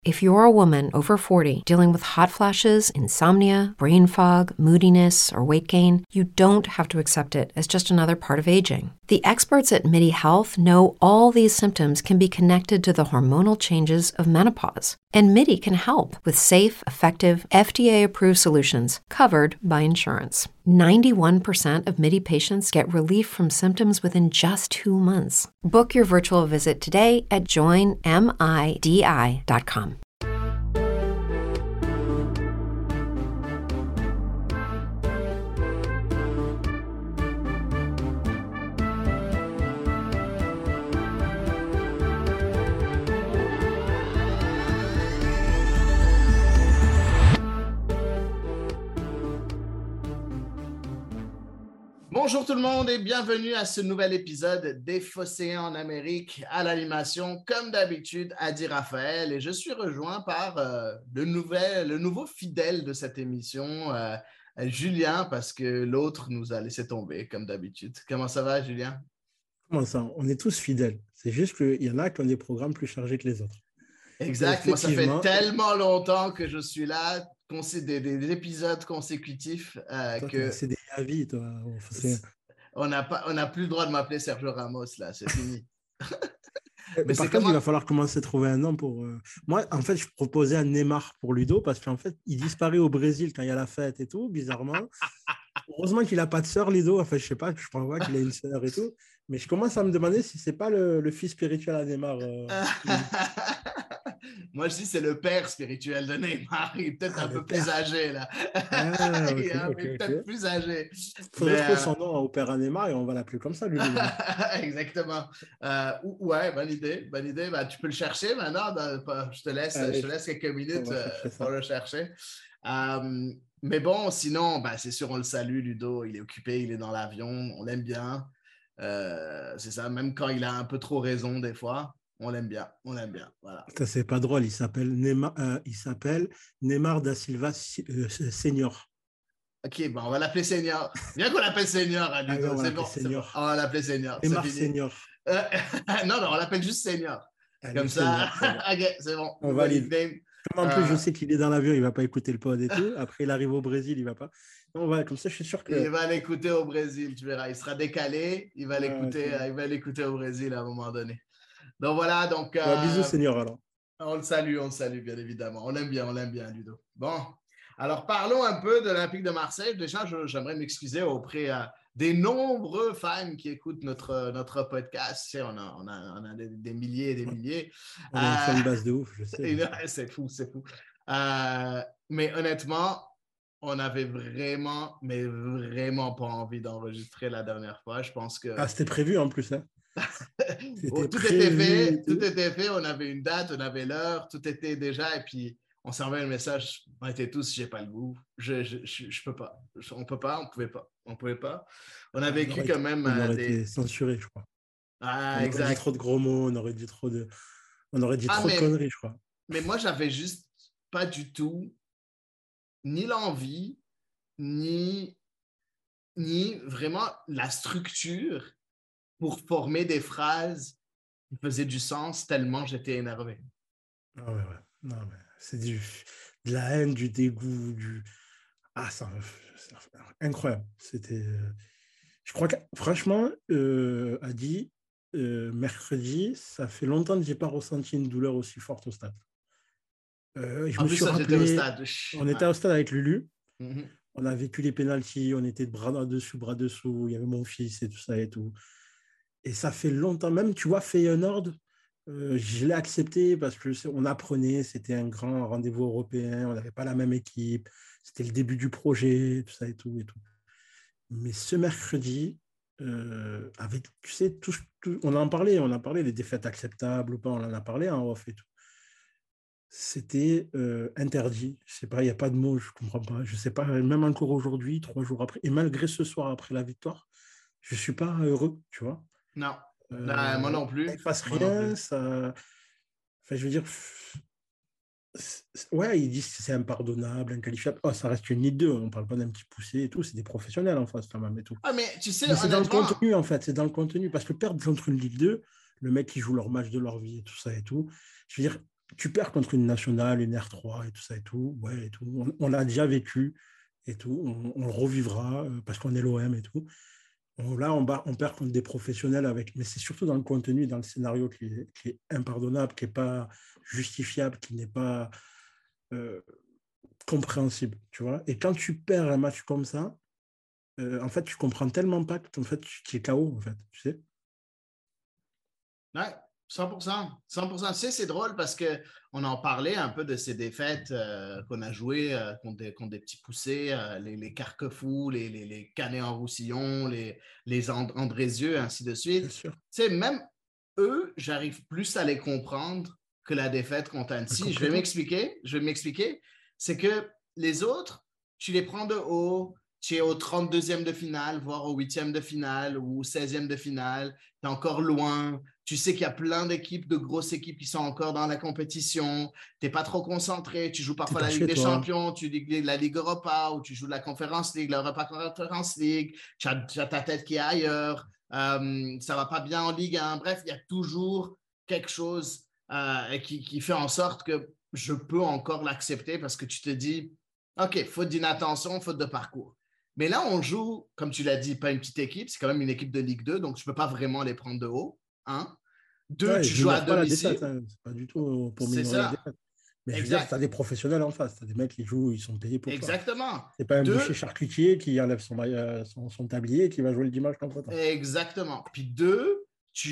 If you're a woman over 40 dealing with hot flashes, insomnia, brain fog, moodiness, or weight gain, you don't have to accept it as just another part of aging. The experts at MIDI Health know all these symptoms can be connected to the hormonal changes of menopause. And MIDI can help with safe, effective, FDA-approved solutions covered by insurance. 91% of MIDI patients get relief from symptoms within just 2 months. Book your virtual visit today at joinmidi.com. Bonjour tout le monde et bienvenue à ce nouvel épisode des Phocéens en Amérique à l'animation. Comme d'habitude, Adi Raphaël, et je suis rejoint par le nouveau fidèle de cette émission, Julien, parce que l'autre nous a laissé tomber comme d'habitude. Comment ça va, Julien? Comment ça? On est tous fidèles. C'est juste qu'il y en a qui ont des programmes plus chargés que les autres. Exact. Moi, ça fait tellement longtemps que je suis là, des épisodes consécutifs. Toi, c'est des avis, toi. On n'a plus le droit de m'appeler Sergio Ramos, là. C'est fini. Mais par contre, il va falloir commencer à trouver un nom pour... Moi, en fait, je proposais un Neymar pour Ludo parce qu'en fait, il disparaît au Brésil quand il y a la fête et tout, bizarrement. Heureusement qu'il n'a pas de sœur, Ludo. Enfin, je sais pas, je pense pas qu'il a une sœur et tout. Mais je commence à me demander si c'est pas le fils spirituel à Neymar. Moi, je dis c'est le père spirituel de Neymar. Il est peut-être un peu plus âgé, là. Okay, il est peut-être plus âgé. Il faudrait trouver son nom au père à Neymar et on va l'appeler comme ça, lui. Exactement. Ouais, bonne idée. Bah, tu peux le chercher maintenant. Je te laisse quelques minutes pour le chercher. Mais bon, sinon, bah, c'est sûr, on le salue, Ludo. Il est occupé, il est dans l'avion. On l'aime bien. C'est ça, même quand il a un peu trop raison des fois. On l'aime bien, voilà. Ça, c'est pas drôle, il s'appelle Neymar da Silva Senior. Ok, bon, on va l'appeler Senior. Bien qu'on l'appelle Senior, hein, Ludo, c'est bon. On va l'appeler Senior. Neymar Senior. Non, on l'appelle juste Senior. Comme ça, ok, c'est bon. On valide. Comme en plus, je sais qu'il est dans l'avion, il va pas écouter le pod et tout. Après, il arrive au Brésil, il va pas. Non, voilà, comme ça, je suis sûr que... Il va l'écouter au Brésil, tu verras. Il sera décalé, il va l'écouter au Brésil à un moment donné. Donc voilà, donc... bisous, Seigneur, alors. On le salue, bien évidemment. On l'aime bien, Ludo. Bon, alors parlons un peu de l'Olympique de Marseille. Déjà, j'aimerais m'excuser auprès des nombreux fans qui écoutent notre podcast. Tu sais, on a des milliers et des milliers. On a une fanbase de ouf, je sais. C'est fou. Mais honnêtement, on avait vraiment pas envie d'enregistrer la dernière fois. Je pense que... Ah, c'était prévu en plus, hein? Tout était fait, on avait une date, on avait l'heure, tout était déjà, et puis on s'est envoyé un message, on était tous, j'ai pas le goût, je peux pas, on pouvait pas. On a vécu quand même on aurait été censuré, je crois. On aurait dit trop de gros mots, on aurait dit trop de conneries, je crois. Mais moi, j'avais juste pas du tout ni l'envie, ni vraiment la structure pour former des phrases qui faisaient du sens tellement j'étais énervé. Ah ouais. Non, mais c'est de la haine, du dégoût, c'est incroyable. C'était... Je crois que, franchement, Adi, mercredi, ça fait longtemps que je n'ai pas ressenti une douleur aussi forte au stade. Je me suis rappelé... au stade. On était au stade avec Lulu. Mm-hmm. On a vécu les pénaltys, on était de bras dessous, il y avait mon fils et tout ça et tout. Et ça fait longtemps, même, tu vois, Feyenoord, je l'ai accepté parce qu'on apprenait, c'était un grand rendez-vous européen, on n'avait pas la même équipe, c'était le début du projet, tout ça et tout. Mais ce mercredi, avec, tu sais, on en parlait, des défaites acceptables ou pas, on en a parlé en off et tout. C'était interdit, je sais pas, il n'y a pas de mots, je comprends pas, je sais pas, même encore aujourd'hui, 3 jours après, et malgré ce soir après la victoire, je suis pas heureux, tu vois. Non, moi non plus. Il ne passe rien, ça... Enfin, je veux dire... Ouais, ils disent que c'est impardonnable, inqualifiable. Oh, ça reste une Ligue 2, on ne parle pas d'un petit poussé et tout, c'est des professionnels en face quand même et tout. Ah, mais tu sais, c'est dans le contenu en fait, c'est dans le contenu. Parce que perdre contre une Ligue 2, le mec qui joue leur match de leur vie et tout ça et tout, je veux dire, tu perds contre une nationale, une R3 et tout ça et tout. Ouais, et tout. On l'a déjà vécu et tout. On le revivra parce qu'on est l'OM et tout. Là, on perd contre des professionnels avec, mais c'est surtout dans le contenu, dans le scénario qui est impardonnable, qui n'est pas justifiable, qui n'est pas euh, compréhensible, tu vois. Et quand tu perds un match comme ça, en fait, tu comprends tellement pas que en fait, tu es KO, en fait, tu sais. Ouais, 100%. 100%. Tu sais, c'est drôle parce qu'on en parlait un peu de ces défaites qu'on a jouées contre des petits poussés, les Carquefous, les Canet en Roussillon, les Andrézieux, ainsi de Bien suite. sûr. Tu sais, même eux, j'arrive plus à les comprendre que la défaite contre Annecy. Complètement. Je vais m'expliquer. C'est que les autres, tu les prends de haut, tu es au 32e de finale, voire au 8e de finale ou au 16e de finale, tu es encore loin. Tu sais qu'il y a plein d'équipes, de grosses équipes qui sont encore dans la compétition. Tu n'es pas trop concentré. Tu joues T'es parfois pas la Ligue chez des toi. Champions, tu joues la Ligue Europa ou tu joues la Conference League, l'Europa Conference League. Tu as ta tête qui est ailleurs. Ça va pas bien en Ligue 1. Bref, il y a toujours quelque chose qui fait en sorte que je peux encore l'accepter parce que tu te dis, OK, faute d'inattention, faute de parcours. Mais là, on joue, comme tu l'as dit, pas une petite équipe, c'est quand même une équipe de Ligue 2, donc tu ne peux pas vraiment les prendre de haut. Un. Deux, Ouais, tu je joues à minore pas la domicile. défaite, hein. C'est pas du tout pour C'est minorer la ça. défaite. Mais je veux dire, tu as Exact. des professionnels en face. Tu as des mecs qui jouent, ils sont payés pour ça. Exactement. C'est pas un boucher Deux, charcutier qui enlève son tablier et qui va jouer le dimanche contre temps. exactement. Puis deux,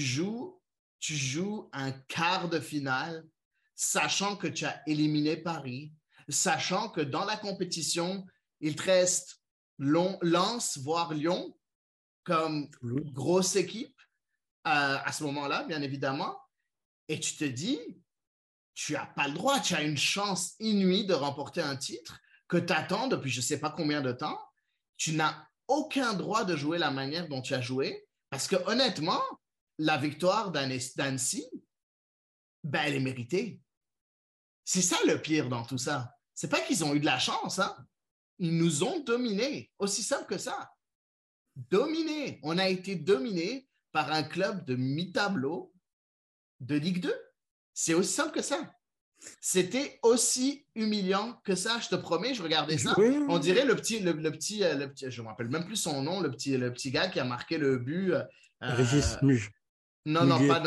tu joues un quart de finale, sachant que tu as éliminé Paris, sachant que dans la compétition, il te reste Lens, voire Lyon, comme Toulouse. grosse équipe à ce moment-là, bien évidemment. Et tu te dis, tu n'as pas le droit, tu as une chance inouïe de remporter un titre que tu attends depuis je ne sais pas combien de temps. Tu n'as aucun droit de jouer la manière dont tu as joué parce que honnêtement, la victoire d'Annecy, ben, elle est méritée. C'est ça le pire dans tout ça. C'est pas qu'ils ont eu de la chance, hein? Ils nous ont dominés. Aussi simple que ça. Dominés. On a été dominés par un club de mi-tableau de Ligue 2. C'est aussi simple que ça. C'était aussi humiliant que ça, je te promets, je regardais ça. Oui, On dirait le petit je ne me rappelle même plus son nom, le petit gars qui a marqué le but. Régis Muge. Non, non, Muguet.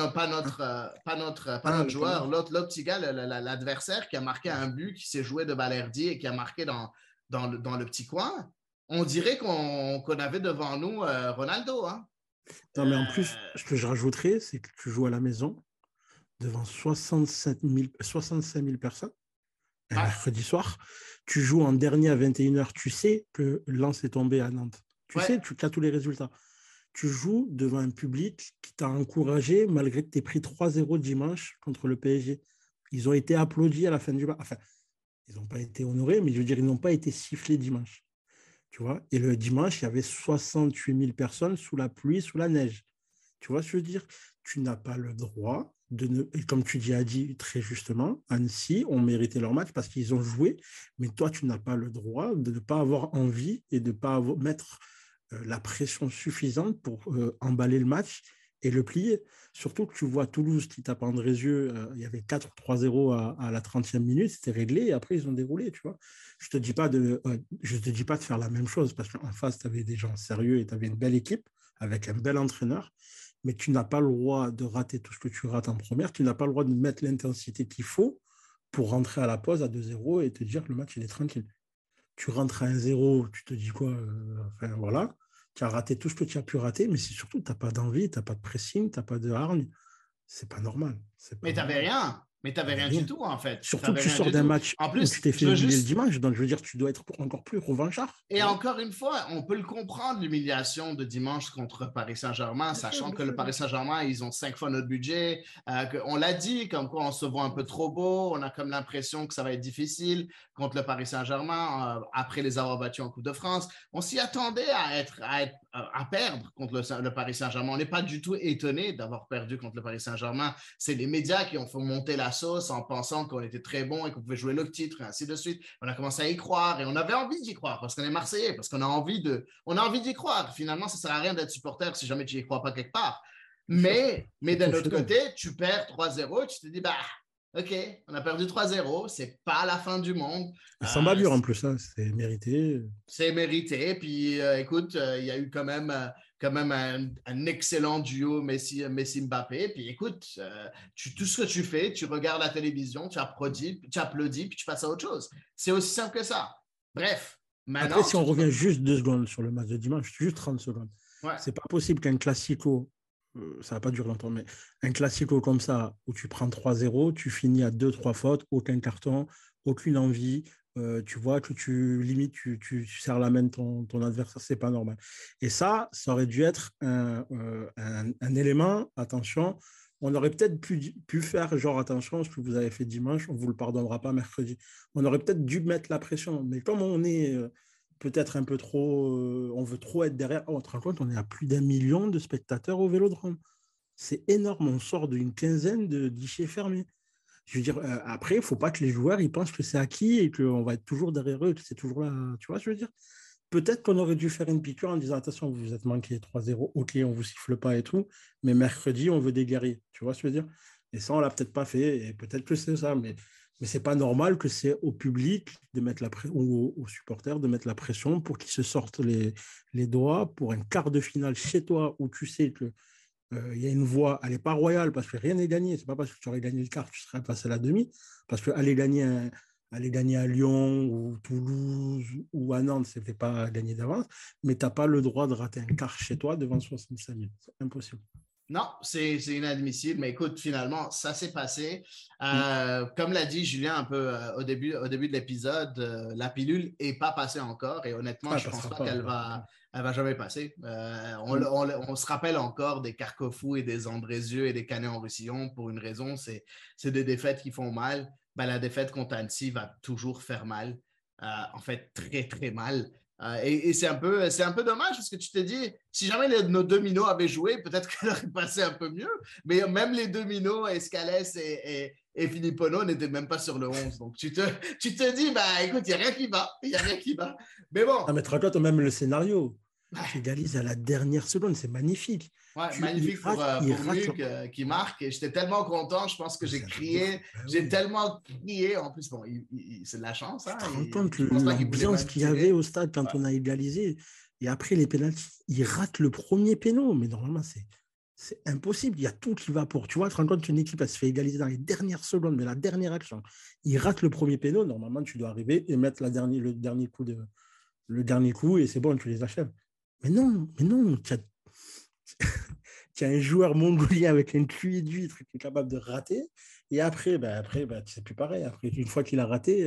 pas Ah, notre le joueur, Cameroun. l'autre petit gars, l'adversaire qui a marqué un but, qui s'est joué de balerdi et qui a marqué dans le petit coin. On dirait qu'on avait devant nous Ronaldo. Hein? Non, mais en plus, Euh, ce que je rajouterais, c'est que tu joues à la maison devant 65 000 personnes un ouais, mercredi soir. Tu joues en dernier à 21h. Tu sais que Lens est tombé à Nantes. Tu ouais, sais, tu as tous les résultats. Tu joues devant un public qui t'a encouragé malgré que tu aies pris 3-0 dimanche contre le PSG. Ils ont été applaudis à la fin du match. Enfin, ils n'ont pas été honorés, mais je veux dire, ils n'ont pas été sifflés dimanche. Tu vois. Et le dimanche, il y avait 68 000 personnes sous la pluie, sous la neige. Tu vois ce que je veux dire? Tu n'as pas le droit de ne. Et comme tu dis, a dit très justement, Annecy ont mérité leur match parce qu'ils ont joué, mais toi, tu n'as pas le droit de ne pas avoir envie et de ne pas mettre la pression suffisante pour emballer le match et le plier. Surtout que tu vois Toulouse qui tape Andrézieux, il y avait 4-3-0 à la 30e minute, c'était réglé et après ils ont déroulé, tu vois. Je te dis pas de faire la même chose parce qu'en face, tu avais des gens sérieux et tu avais une belle équipe avec un bel entraîneur, mais tu n'as pas le droit de rater tout ce que tu rates en première, tu n'as pas le droit de mettre l'intensité qu'il faut pour rentrer à la pause à 2-0 et te dire que le match il est tranquille. Tu rentres à 1-0, tu te dis quoi enfin voilà, tu as raté tout ce que tu as pu rater, mais c'est surtout tu n'as pas d'envie, tu n'as pas de pressing, tu n'as pas de hargne. C'est pas normal. C'est pas mais t'avais normal. rien. Mais Tu t'avais n'avais rien du rien. tout, en fait. Surtout que T'avais tu rien sors du d'un tout. match En où tu plus, t'es je fait veux humilier le juste dimanche, donc je veux dire, tu dois être encore plus revanchard. Tu Et vois. encore une fois, on peut le comprendre, l'humiliation de dimanche contre Paris Saint-Germain, Bien sûr, sachant bien que le sûr, bien Paris sûr. Saint-Germain, ils ont 5 fois notre budget. On l'a dit, comme quoi on se voit un peu trop beau. On a comme l'impression que ça va être difficile contre le Paris Saint-Germain après les avoir battus en Coupe de France. On s'y attendait à perdre contre le Paris Saint-Germain. On n'est pas du tout étonné d'avoir perdu contre le Paris Saint-Germain. C'est les médias qui ont fait monter la sauce en pensant qu'on était très bon et qu'on pouvait jouer le titre et ainsi de suite. On a commencé à y croire et on avait envie d'y croire parce qu'on est Marseillais, parce on a envie d'y croire. Finalement, ça ne sert à rien d'être supporter si jamais tu n'y crois pas quelque part. Bien sûr. Mais d'un Surtout autre chez toi. côté, tu perds 3-0, tu te dis, bah, OK, on a perdu 3-0. C'est pas la fin du monde. Et sans bavure en plus, hein, c'est mérité. C'est mérité. Puis écoute, il y a eu quand même un excellent duo Messi-Mbappé. Puis écoute, tout ce que tu fais, tu regardes la télévision, tu applaudis, puis tu passes à autre chose. C'est aussi simple que ça. Bref, maintenant. Après, si on revient juste 2 secondes sur le match de dimanche, juste 30 secondes, Ouais. c'est pas possible qu'un classico, ça va pas durer longtemps, mais un classico comme ça, où tu prends 3-0, tu finis à 2-3 fautes, aucun carton, aucune envie, tu vois que limite, tu serres la main de ton adversaire, c'est pas normal. Et ça aurait dû être un élément, attention, on aurait peut-être pu faire genre, attention, ce que vous avez fait dimanche, on ne vous le pardonnera pas mercredi. On aurait peut-être dû mettre la pression, mais comme on est peut-être un peu trop, on veut trop être derrière, on te rend compte, on est à plus d'1 million de spectateurs au Vélodrome. C'est énorme, on sort d'une quinzaine de guichets fermés. Je veux dire, après, il ne faut pas que les joueurs ils pensent que c'est acquis et qu'on va être toujours derrière eux, que c'est toujours là. Tu vois, je veux dire, peut-être qu'on aurait dû faire une piqûre en disant attention, vous vous êtes manqué 3-0, ok, on ne vous siffle pas et tout, mais mercredi, on veut des guerriers. Tu vois ce que je veux dire? Et ça, on ne l'a peut-être pas fait, et peut-être que c'est ça, mais ce n'est pas normal que c'est au public de mettre ou aux supporters de mettre la pression pour qu'ils se sortent les doigts pour un quart de finale chez toi où tu sais que il y a une voie, elle n'est pas royale parce que rien n'est gagné. C'est pas parce que tu aurais gagné le quart que tu serais passé à la demi. Parce qu'aller gagner à Lyon ou Toulouse ou à Nantes, ce n'était pas gagné d'avance. Mais tu n'as pas le droit de rater un quart chez toi devant 65 000. C'est impossible. Non, c'est inadmissible. Mais écoute, finalement, ça s'est passé. Comme l'a dit Julien un peu au début de l'épisode, la pilule n'est pas passée encore. Et honnêtement, je ne pense pas qu'elle va jamais passer. On se rappelle encore des Carquefou et des Andrézieux et des Canet-en-Roussillon pour une raison, c'est des défaites qui font mal. Ben, la défaite contre Annecy va toujours faire mal. En fait, très, très mal. Et c'est un peu dommage parce que tu te dis, si jamais nos deux minots avaient joué, peut-être qu'elle aurait passé un peu mieux. Mais même les deux minots, Escalès et Filippono, n'étaient même pas sur le 11. Donc tu te dis, bah écoute, il n'y a rien qui va. Il n'y a rien qui va. Mais bon. Non, mais tu te racontes même le scénario. Tu égalises à la dernière seconde, c'est magnifique. Ouais, magnifique pour Muc qui marque. Et j'étais tellement content, je pense que j'ai crié. J'ai tellement crié. En plus, bon, c'est de la chance. Hein, tu te rends compte l'ambiance qu'il y avait au stade quand on a égalisé. Et après, les pénaltys, il rate le premier péno. Mais normalement, c'est impossible. Il y a tout qui va pour. Tu vois, tu te rends compte qu'une équipe, elle se fait égaliser dans les dernières secondes, mais la dernière action. Il rate le premier péno. Normalement, tu dois arriver et mettre le dernier coup et c'est bon, tu les achèves. Mais non, tu as un joueur mongolien avec un QI d'huître qui est capable de rater. Et après, c'est plus pareil. Après, une fois qu'il a raté,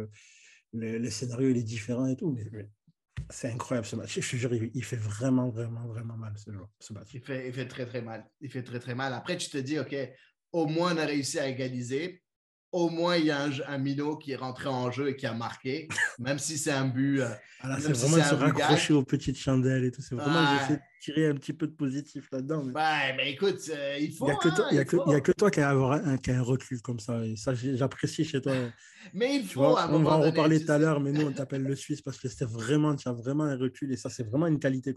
le scénario il est différent et tout. Mais c'est incroyable ce match. Je te jure, il fait vraiment, vraiment, vraiment mal ce match. Il fait très, très mal. Il fait très, très mal. Après, tu te dis, OK, au moins on a réussi à égaliser. Au moins, il y a un minot qui est rentré en jeu et qui a marqué, même si c'est un but. C'est vraiment de se raccrocher aux petites chandelles et tout. C'est vraiment, j'ai fait tirer un petit peu de positif là-dedans. Mais écoute, il faut. Il n'y a que toi qui a un recul comme ça. Et ça, j'apprécie chez toi. Mais il faut. On va en reparler tout à l'heure, mais nous, on t'appelle le Suisse parce que tu as vraiment un recul. Et ça, c'est vraiment une qualité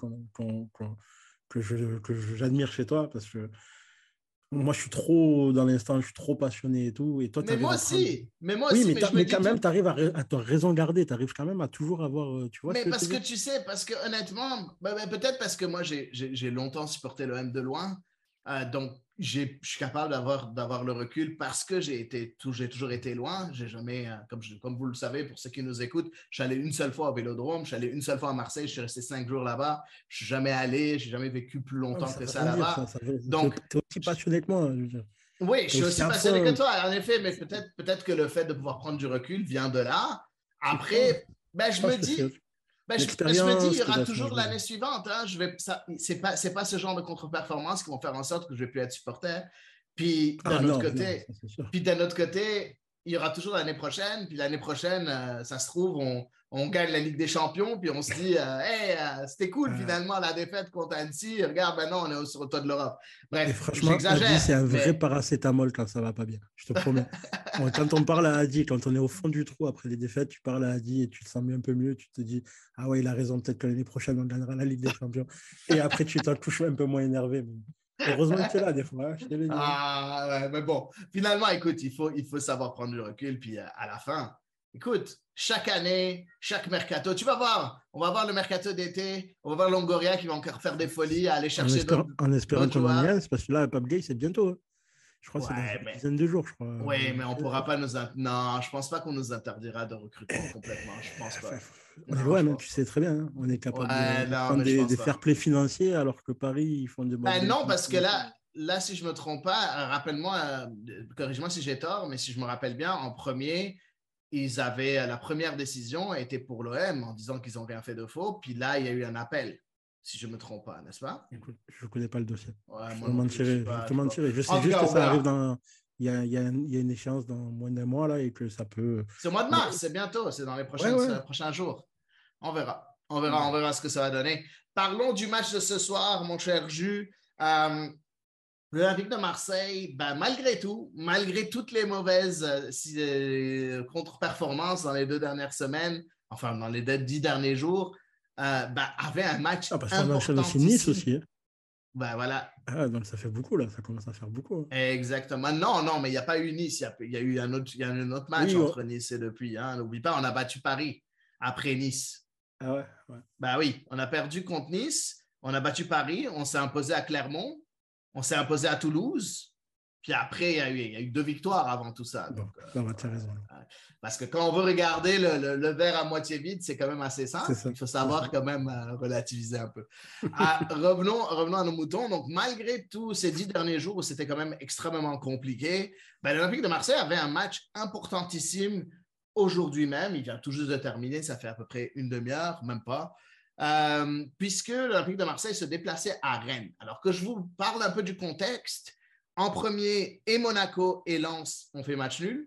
que j'admire chez toi parce que. Moi, je suis trop dans l'instant, je suis trop passionné et tout. Et toi, mais moi aussi. Mais moi oui, aussi. Mais quand même, tu arrives à te raison garder. Tu arrives quand même à toujours avoir. Tu vois mais parce que tu sais, parce que honnêtement, peut-être parce que moi, j'ai longtemps supporté l'OM de loin. Donc, je suis capable d'avoir le recul parce que j'ai toujours été loin. J'ai jamais, comme vous le savez, pour ceux qui nous écoutent, je suis allé une seule fois au Vélodrome, je suis allé une seule fois à Marseille, je suis resté 5 jours là-bas. Je suis jamais allé, j'ai jamais vécu plus longtemps que ça là-bas. Donc, tu es aussi passionné que moi. Je veux dire. Oui, je suis aussi passionné que toi, en effet, mais peut-être que le fait de pouvoir prendre du recul vient de là. Après, je me dis, il y aura toujours l'année suivante. Hein, c'est pas ce genre de contre-performance qui vont faire en sorte que je ne vais plus être supporter. Puis d'un autre côté, il y aura toujours l'année prochaine. Puis l'année prochaine, ça se trouve, on gagne la Ligue des Champions. Puis on se dit, c'était cool finalement la défaite contre Annecy. Regarde, maintenant, on est sur le toit de l'Europe. Bref, franchement, Adi, c'est un vrai paracétamol quand ça ne va pas bien. Je te promets. Quand on parle à Adi, quand on est au fond du trou après les défaites, tu parles à Adi et tu te sens un peu mieux. Tu te dis, ah ouais, il a raison, peut-être que l'année prochaine, on gagnera la Ligue des Champions. Et après, tu t'en touches un peu moins énervé. Heureusement que tu es là des fois, je te le dis. Ah, ouais, mais bon, finalement, écoute, il faut savoir prendre du recul. Puis à la fin, écoute, chaque année, chaque mercato, tu vas voir, on va voir le mercato d'été, on va voir Longoria qui va encore faire des folies, aller chercher En espérant d'autres qu'on en y joueurs. reste, parce que là, Pape Gay, c'est bientôt. Hein. Je crois que c'est dans Ouais, une mais, dizaine de jours, je crois. ouais, mais on pourra pas non, je pense pas qu'on nous interdira de recrutement complètement. Je pense Enfin, pas. on est Non, je loin, hein, pense tu sais pas. très bien. Hein. On est capable Ouais, de non, prendre mais je pense des fair pas. play financiers, alors que Paris, ils font de Ben bons non, fair parce que play financiers. là, si je me trompe pas, rappelle-moi, corrige-moi si j'ai tort, mais si je me rappelle bien, en premier, ils avaient la première décision était pour l'OM en disant qu'ils n'ont rien fait de faux. Puis là, il y a eu un appel, si je ne me trompe pas, n'est-ce pas? Écoute, je ne connais pas le dossier. Ouais, Je moi te non plus, je suis mentirais. Je pas. te mentirais. Je sais En tout juste cas, que on ça arrive verra. dans. Il y a une échéance dans moins d'un mois là et que ça peut. C'est au mois de Mais mars, c'est bientôt, c'est dans les ouais, ouais. prochains jours. On verra. Ouais. On verra ce que ça va donner. Parlons du match de ce soir, mon cher Jus. Euh, L'Olympique de Marseille, ben, malgré tout, malgré toutes les mauvaises contre-performances dans les 2 dernières semaines, enfin dans les 10 derniers jours, ben, avait un match Ah, parce qu'on enchaîne aussi Nice importantissime. aussi. Hein. Ben voilà, Ah, donc ça fait beaucoup là. Ça commence à faire beaucoup. Hein. exactement. Non, non, mais il n'y a pas eu Nice. Il y a eu il y a un autre match Oui. entre Nice et depuis. Hein. N'oublie pas, on a battu Paris après Nice. Ah ouais, ouais. Ben oui, on a perdu contre Nice, on a battu Paris, on s'est imposé à Clermont, on s'est imposé à Toulouse. Puis après, il y a eu 2 victoires avant tout ça. Bon, Donc, non, bah, tu as raison. parce que quand on veut regarder le verre à moitié vide, c'est quand même assez C'est simple. ça. Il faut C'est savoir ça. quand même relativiser un peu. Revenons à nos moutons. Donc, malgré tous ces 10 derniers jours où c'était quand même extrêmement compliqué, ben, l'Olympique de Marseille avait un match importantissime aujourd'hui même. Il vient tout juste de terminer. Ça fait à peu près une demi-heure, même pas. Puisque l'Olympique de Marseille se déplaçait à Rennes. Alors que je vous parle un peu du contexte, en premier, et Monaco et Lens ont fait match nul.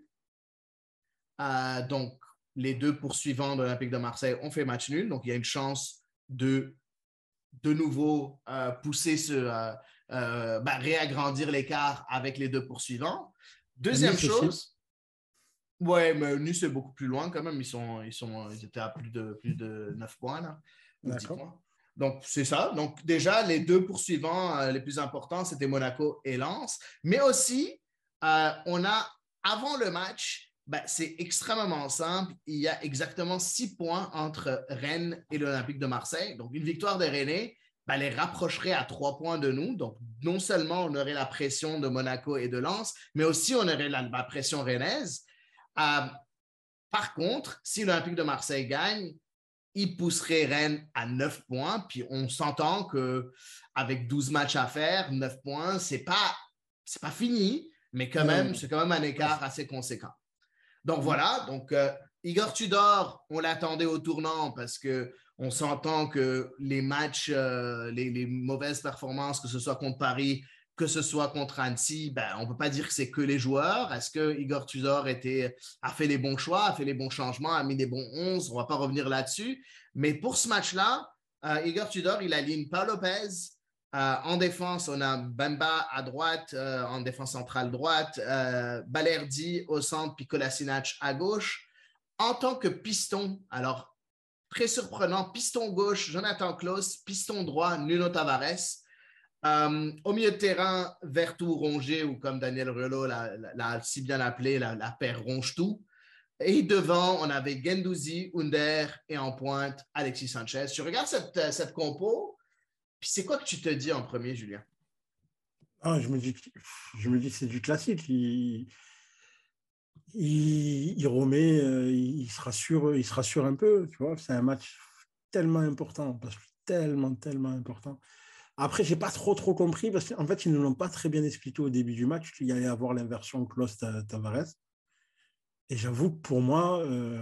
Donc, les 2 poursuivants de l'Olympique de Marseille ont fait match nul. Donc, il y a une chance de nouveau pousser réagrandir l'écart avec les 2 poursuivants. Deuxième Nice aussi. chose, ouais, mais Nice est beaucoup plus loin quand même. Ils étaient à plus de 9 points, là, ou 10 D'accord. points. Donc, c'est ça. Donc, déjà, les 2 poursuivants les plus importants, c'était Monaco et Lens. Mais aussi, on a, avant le match, ben, c'est extrêmement simple. Il y a exactement 6 points entre Rennes et l'Olympique de Marseille. Donc, une victoire des Rennais ben, les rapprocherait à 3 points de nous. Donc, non seulement on aurait la pression de Monaco et de Lens, mais aussi on aurait la pression rennaise. Par contre, si l'Olympique de Marseille gagne, il pousserait Rennes à 9 points. Puis on s'entend qu'avec 12 matchs à faire, 9 points, c'est pas fini, mais quand Non, même, non. c'est quand même un écart assez conséquent. Donc voilà, donc Igor Tudor, on l'attendait au tournant parce qu'on s'entend que les matchs, les mauvaises performances, que ce soit contre Paris, que ce soit contre Annecy, ben, on ne peut pas dire que c'est que les joueurs. Est-ce que Igor Tudor a fait les bons choix, a fait les bons changements, a mis les bons 11? On ne va pas revenir là-dessus. Mais pour ce match-là, Igor Tudor, il aligne Paul Lopez. En défense, on a Bamba à droite, en défense centrale droite, Balerdi au centre, puis Kolasinac à gauche. En tant que piston, alors très surprenant, piston gauche, Jonathan Klaus, piston droit, Nuno Tavares. Au milieu de terrain, Vertou Rongier, ou comme Daniel Riolo l'a si bien appelé, la paire Ronge-Tout. Et devant, on avait Guendouzi, Under et en pointe, Alexis Sanchez. Tu regardes cette compo, puis c'est quoi que tu te dis en premier, Julien? Ah, je me dis que c'est du classique. Il remet, il se rassure un peu. Tu vois, c'est un match tellement important, parce que tellement, tellement important. Après, j'ai pas trop compris parce qu'en fait, ils ne l'ont pas très bien expliqué au début du match qu'il y allait avoir l'inversion Klose-Tavares. Et j'avoue que pour moi,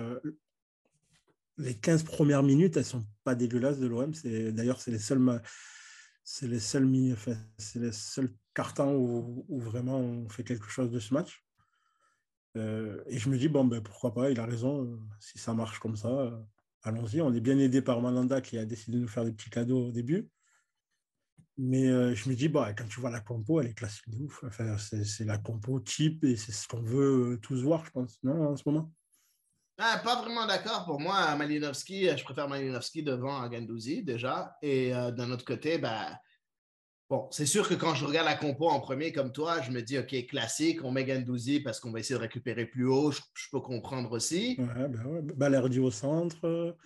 les 15 premières minutes, elles sont pas dégueulasses de l'OM. D'ailleurs, c'est les seuls cartons où vraiment on fait quelque chose de ce match. Et je me dis, bon, ben, pourquoi pas, il a raison. Si ça marche comme ça, allons-y. On est bien aidé par Mandanda qui a décidé de nous faire des petits cadeaux au début. Mais je me dis, bah, quand tu vois la compo, elle est classique de ouf. Enfin, c'est la compo type et c'est ce qu'on veut tous voir, je pense, non, en ce moment. Ah, pas vraiment d'accord. Pour moi, Malinowski, je préfère Malinowski devant Guendouzi déjà. Et d'un autre côté, ben, bon, c'est sûr que quand je regarde la compo en premier comme toi, je me dis, OK, classique, on met Guendouzi parce qu'on va essayer de récupérer plus haut. Je peux comprendre aussi. Ouais. Balerdi au centre.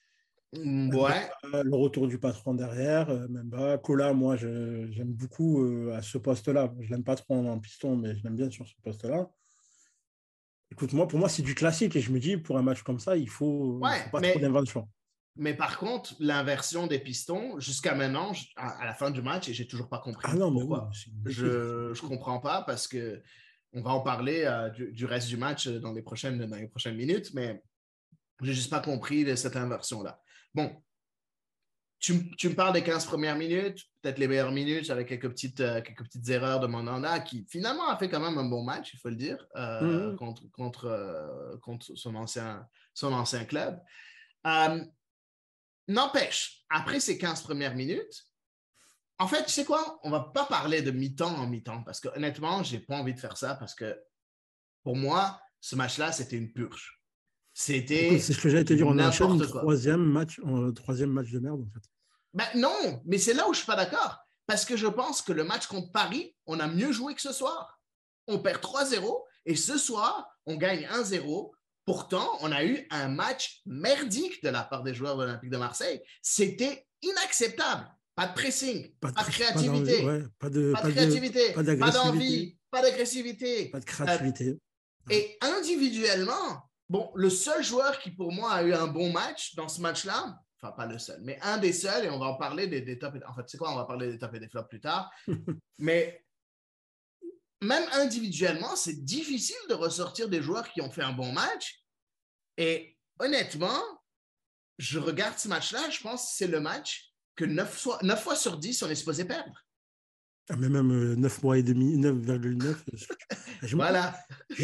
Ouais. Le retour du patron derrière, même pas. Kola, moi, j'aime beaucoup à ce poste-là. Je l'aime pas trop en piston, mais je l'aime bien sur ce poste-là. Écoute, moi, pour moi, c'est du classique. Et je me dis, pour un match comme ça, il Ouais, faut pas trop d'invention. mais par contre, l'inversion des pistons, jusqu'à maintenant, à la fin du match, et j'ai toujours pas Ah compris non, mais oui, pourquoi. c'est une bêtise. Je comprends pas parce que on va en parler du reste du match dans les prochaines minutes, mais j'ai juste pas compris cette inversion-là. Bon, tu me parles des 15 premières minutes, peut-être les meilleures minutes avec quelques petites erreurs de Mandanda qui finalement a fait quand même un bon match, il faut le dire, Mhm. contre son ancien club. Euh, N'empêche, après ces 15 premières minutes, en fait, tu sais quoi? On va pas parler de mi-temps en mi-temps parce que honnêtement, j'ai pas envie de faire ça parce que pour moi, ce match-là, c'était une purge. Écoute, c'est C'était ce que j'allais te du dire. On enchaîne n'importe quoi. troisième match de merde, en fait. Ben non, mais c'est là où je suis pas d'accord. Parce que je pense que le match contre Paris, on a mieux joué que ce soir. On perd 3-0 et ce soir, on gagne 1-0. Pourtant, on a eu un match merdique de la part des joueurs de l'Olympique de Marseille. C'était inacceptable. Pas de pressing, pas de Pas d'envie, créativité, ouais, pas de créativité, pas pas d'agressivité, d'envie, pas d'agressivité. pas de créativité. Ouais. Et individuellement, bon, le seul joueur qui pour moi a eu un bon match dans ce match-là, enfin pas le seul, mais un des seuls, et on va en parler des tops. En fait, c'est quoi? On va parler des tops et des flops plus tard. Mais même individuellement, c'est difficile de ressortir des joueurs qui ont fait un bon match. Et honnêtement, je regarde ce match-là, je pense que c'est le match que 9 fois sur 10, on est supposé perdre. Ah, mais même 9 mois et demi, 9,9. Voilà.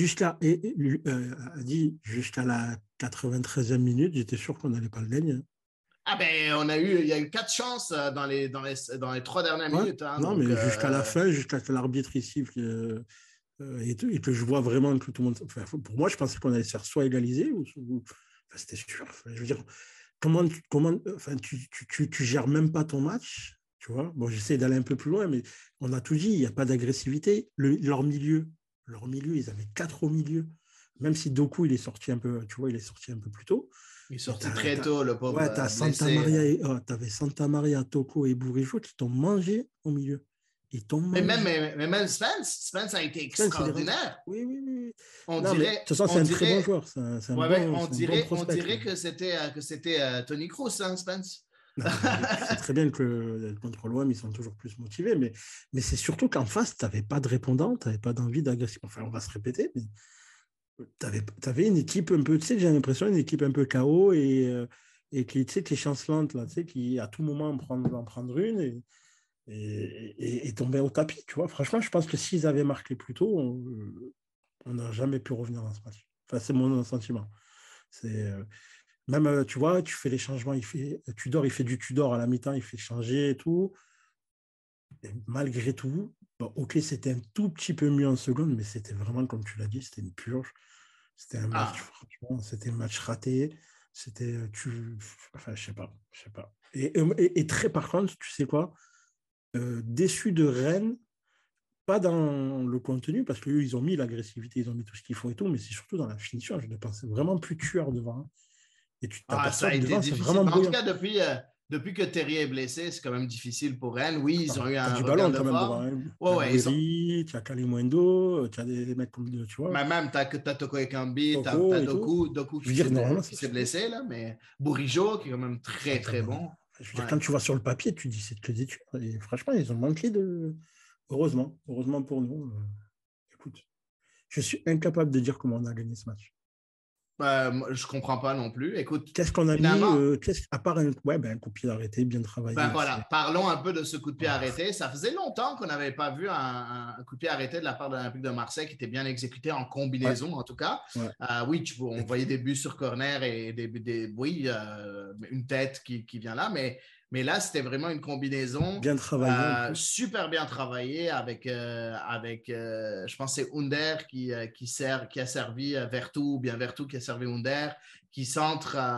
Jusqu'à la 93e minute, j'étais sûr qu'on n'allait pas le gagner. Ah ben, il y a eu 4 chances dans les 3 dernières Ouais. minutes. Hein, Non, donc, mais jusqu'à la fin, jusqu'à ce que l'arbitre ici et que je vois vraiment que tout le monde. Enfin, pour moi, je pensais qu'on allait se faire soit égaliser enfin, c'était sûr. Enfin, je veux dire, enfin, tu gères même pas ton match, tu vois. Bon, j'essaie d'aller un peu plus loin, mais on a tout dit, il n'y a pas d'agressivité. Leur milieu, ils avaient 4 au milieu. Même si Doku, il est sorti un peu, tu vois, il est sorti un peu plus tôt. il est sorti très tôt, le pauvre Ouais, t'as Santa blessé. Maria t'avais Santa Maria, Toko et Bourigeau qui t'ont mangé au milieu. Ils t'ont mangé. Mais même Spence a été Spence, il est rentré. extraordinaire. Oui. On Non, mais de dirait, toute façon, c'est on un très bon dirait, joueur. ouais, C'est un bon on prospect. dirait que c'était Tony Kroos, hein, Spence. Non, mais tu sais très bien que contre l'OM, ils sont toujours plus motivés. Mais c'est surtout qu'en face, tu n'avais pas de répondant, tu n'avais pas d'envie d'agression. Enfin, on va se répéter, mais tu avais une équipe un peu, tu sais, j'ai l'impression, une équipe un peu KO et qui, tu sais, qui est chancelante, là, tu sais, qui à tout moment en prendre une et tomber au tapis, tu vois. Franchement, je pense que s'ils avaient marqué plus tôt, on n'a jamais pu revenir dans ce match. Enfin, c'est mon sentiment. C'est même, tu vois, tu fais les changements, Tudor, il fait du Tudor à la mi-temps, il fait changer et tout. Et malgré tout, bon, ok, c'était un tout petit peu mieux en seconde, mais c'était vraiment, comme tu l'as dit, c'était une purge. C'était un match, Ah, franchement, c'était un match raté. C'était, enfin, je sais pas. Et très par contre, tu sais quoi, déçu de Rennes, pas dans le contenu, parce qu'eux, ils ont mis l'agressivité, ils ont mis tout ce qu'il faut et tout, mais c'est surtout dans la finition. Je les pensais vraiment plus tueurs devant. Hein. Et tu ça t'aperçois a que été devant, c'est difficile. vraiment Mais en tout brouillon. cas, depuis que Terry est blessé, c'est quand même difficile pour Rennes. Oui, ils ont eu Tu as un du regain ballon de quand même devant. forme. Hein. Ouais, Tu as ouais, ils sont. Gouiri, tu as Kalimundo, tu as des mecs comme, tu vois, Mais même, t'as Toko Ekambi, Toko t'as et tout. Doku Je veux dire, normalement, qui s'est blessé, là, mais Bourigeau, qui est quand même très, Santa très Maria. bon. Je veux dire, Ouais. quand tu vois sur le papier, tu dis c'est que des tueurs. Et franchement, ils ont manqué de. Heureusement pour nous. Écoute, je suis incapable de dire comment on a gagné ce match. Moi, je comprends pas non plus. Écoute, Qu'est-ce qu'on a mis finalement, à part un coup de pied arrêté, bien travaillé ben aussi. voilà, parlons un peu de ce coup de pied Ah, arrêté. Ça faisait longtemps qu'on n'avait pas vu un coup de pied arrêté de la part de l'Olympique de Marseille qui était bien exécuté en ouais, combinaison, en tout cas. ouais. Oui, on voyait des buts sur corner et oui, une tête qui vient là, mais là, c'était vraiment une combinaison Bien travaillé en plus. super bien travaillée avec je pense que c'est Under qui a servi Vertou, ou bien Vertou qui a servi Under, qui centre.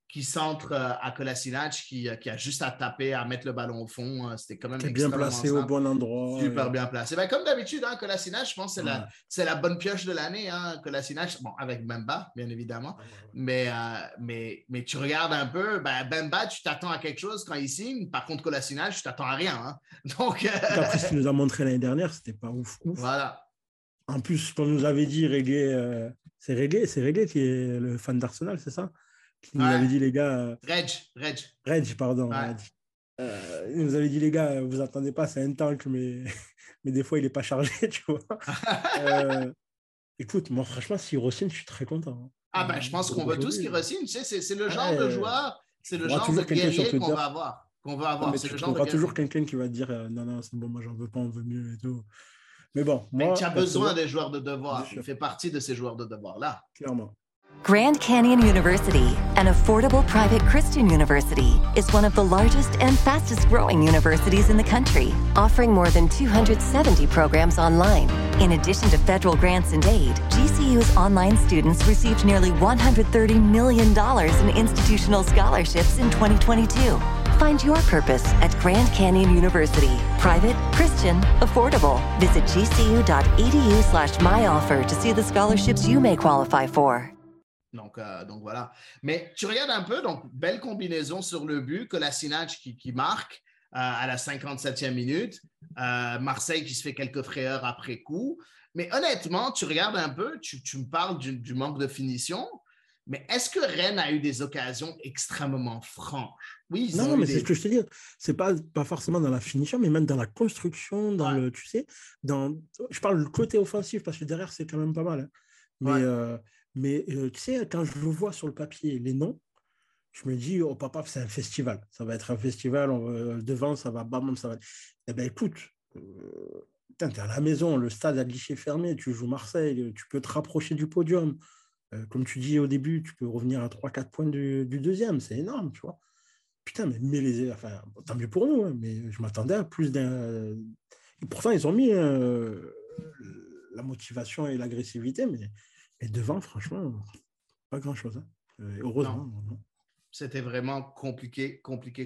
qui centre à Kolasinac, qui a juste à taper, à mettre le ballon au fond. C'était quand même bien placé simple. au bon endroit. Super bien placé. Ben, comme d'habitude, hein, Kolasinac, je pense que c'est la bonne pioche de l'année. Hein, Kolasinac, bon, avec Bemba, bien évidemment. Mais tu regardes un peu, Bemba, tu t'attends à quelque chose quand il signe. Par contre, Kolasinac, tu t'attends à rien. Hein. Donc, après, ce qu'il nous a montré l'année dernière, c'était pas ouf. Voilà. En plus, qu'on nous avait dit, c'est Réglé qui est le fan d'Arsenal, c'est ça? Qui nous avait dit, les gars. Reg, pardon. Ouais. Il nous avait dit, les gars, vous attendez pas, c'est un tank, mais des fois, il n'est pas chargé, tu vois. Écoute, moi, franchement, s'il re-signe, je suis très content. Je pense qu'on veut tous qu'il re-signe. Tu sais, c'est le genre de joueur, c'est le genre de guerrier qu'on va avoir. Tu trouveras toujours quelqu'un qui va te dire, non, c'est bon, moi, j'en veux pas, on veut mieux et tout. Mais bon, moi, tu as besoin des joueurs de devoir. Il fait partie de ces joueurs de devoir-là. Clairement. Grand Canyon University, an affordable private Christian university, is one of the largest and fastest growing universities in the country, offering more than 270 programs online. In addition to federal grants and aid, GCU's online students received nearly $130 million in institutional scholarships in 2022. Find your purpose at Grand Canyon University. Private, Christian, affordable. Visit gcu.edu/myoffer to see the scholarships you may qualify for. Donc voilà. Mais tu regardes un peu, donc belle combinaison sur le but, Kolasinac qui marque à la 57e minute, Marseille qui se fait quelques frayeurs après coup. Mais honnêtement, tu regardes un peu, tu me parles du manque de finition, mais est-ce que Rennes a eu des occasions extrêmement franches? Oui, non, mais c'est ce que je te dis. C'est pas forcément dans la finition, mais même dans la construction, dans le, tu sais, je parle du côté offensif parce que derrière, c'est quand même pas mal. Hein. Mais tu sais, quand je le vois sur le papier, les noms, je me dis, oh papa, c'est un festival. Ça va être un festival, devant, ça va, bam, ça va. Eh bien, écoute, tu es à la maison, le stade à guichet fermé, tu joues Marseille, tu peux te rapprocher du podium. Comme tu dis au début, tu peux revenir à 3-4 points du deuxième, c'est énorme, tu vois. Putain, mais enfin, tant mieux pour nous, hein, mais je m'attendais à plus d'un. Et pourtant, ils ont mis la motivation et l'agressivité, mais devant, franchement, pas grand-chose. Hein. Heureusement. Non. C'était vraiment compliqué.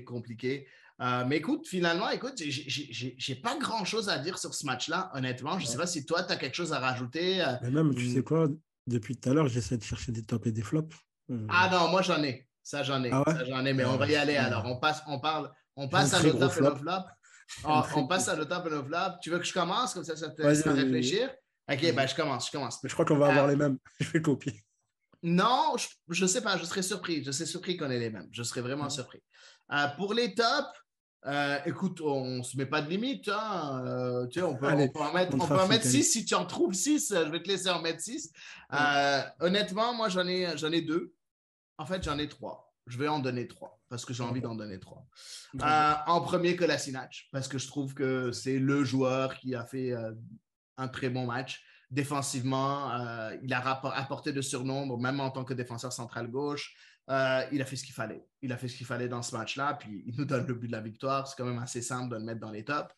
Mais écoute, finalement, j'ai pas grand-chose à dire sur ce match-là, honnêtement. Je ne sais pas si toi, tu as quelque chose à rajouter. Mais même, tu sais quoi, depuis tout à l'heure, j'essaie de chercher des tops et des flops. Ah non, moi, j'en ai. Ça, j'en ai. Mais on va y aller alors. On passe à le top et le flop. On passe à le top et le flop. Tu veux que je commence? Comme ça te laisse réfléchir? OK, je commence. Mais je crois qu'on va avoir les mêmes. Je vais copier. Non, je ne sais pas. Je serais surpris. Je serais surpris qu'on ait les mêmes. Je serais vraiment surpris. Pour les tops, écoute, on ne se met pas de limite. Hein. Tu sais, on peut en mettre 6. Si tu en trouves 6, je vais te laisser en mettre 6. Honnêtement, moi, j'en ai 2. En fait, j'en ai 3. Je vais en donner 3 parce que j'ai envie d'en donner 3. En premier, Kolasinac, parce que je trouve que c'est le joueur qui a fait un très bon match. Défensivement, il a apporté de surnombre, même en tant que défenseur central gauche. Il a fait ce qu'il fallait. Il a fait ce qu'il fallait dans ce match-là, puis il nous donne le but de la victoire. C'est quand même assez simple de le mettre dans les tops.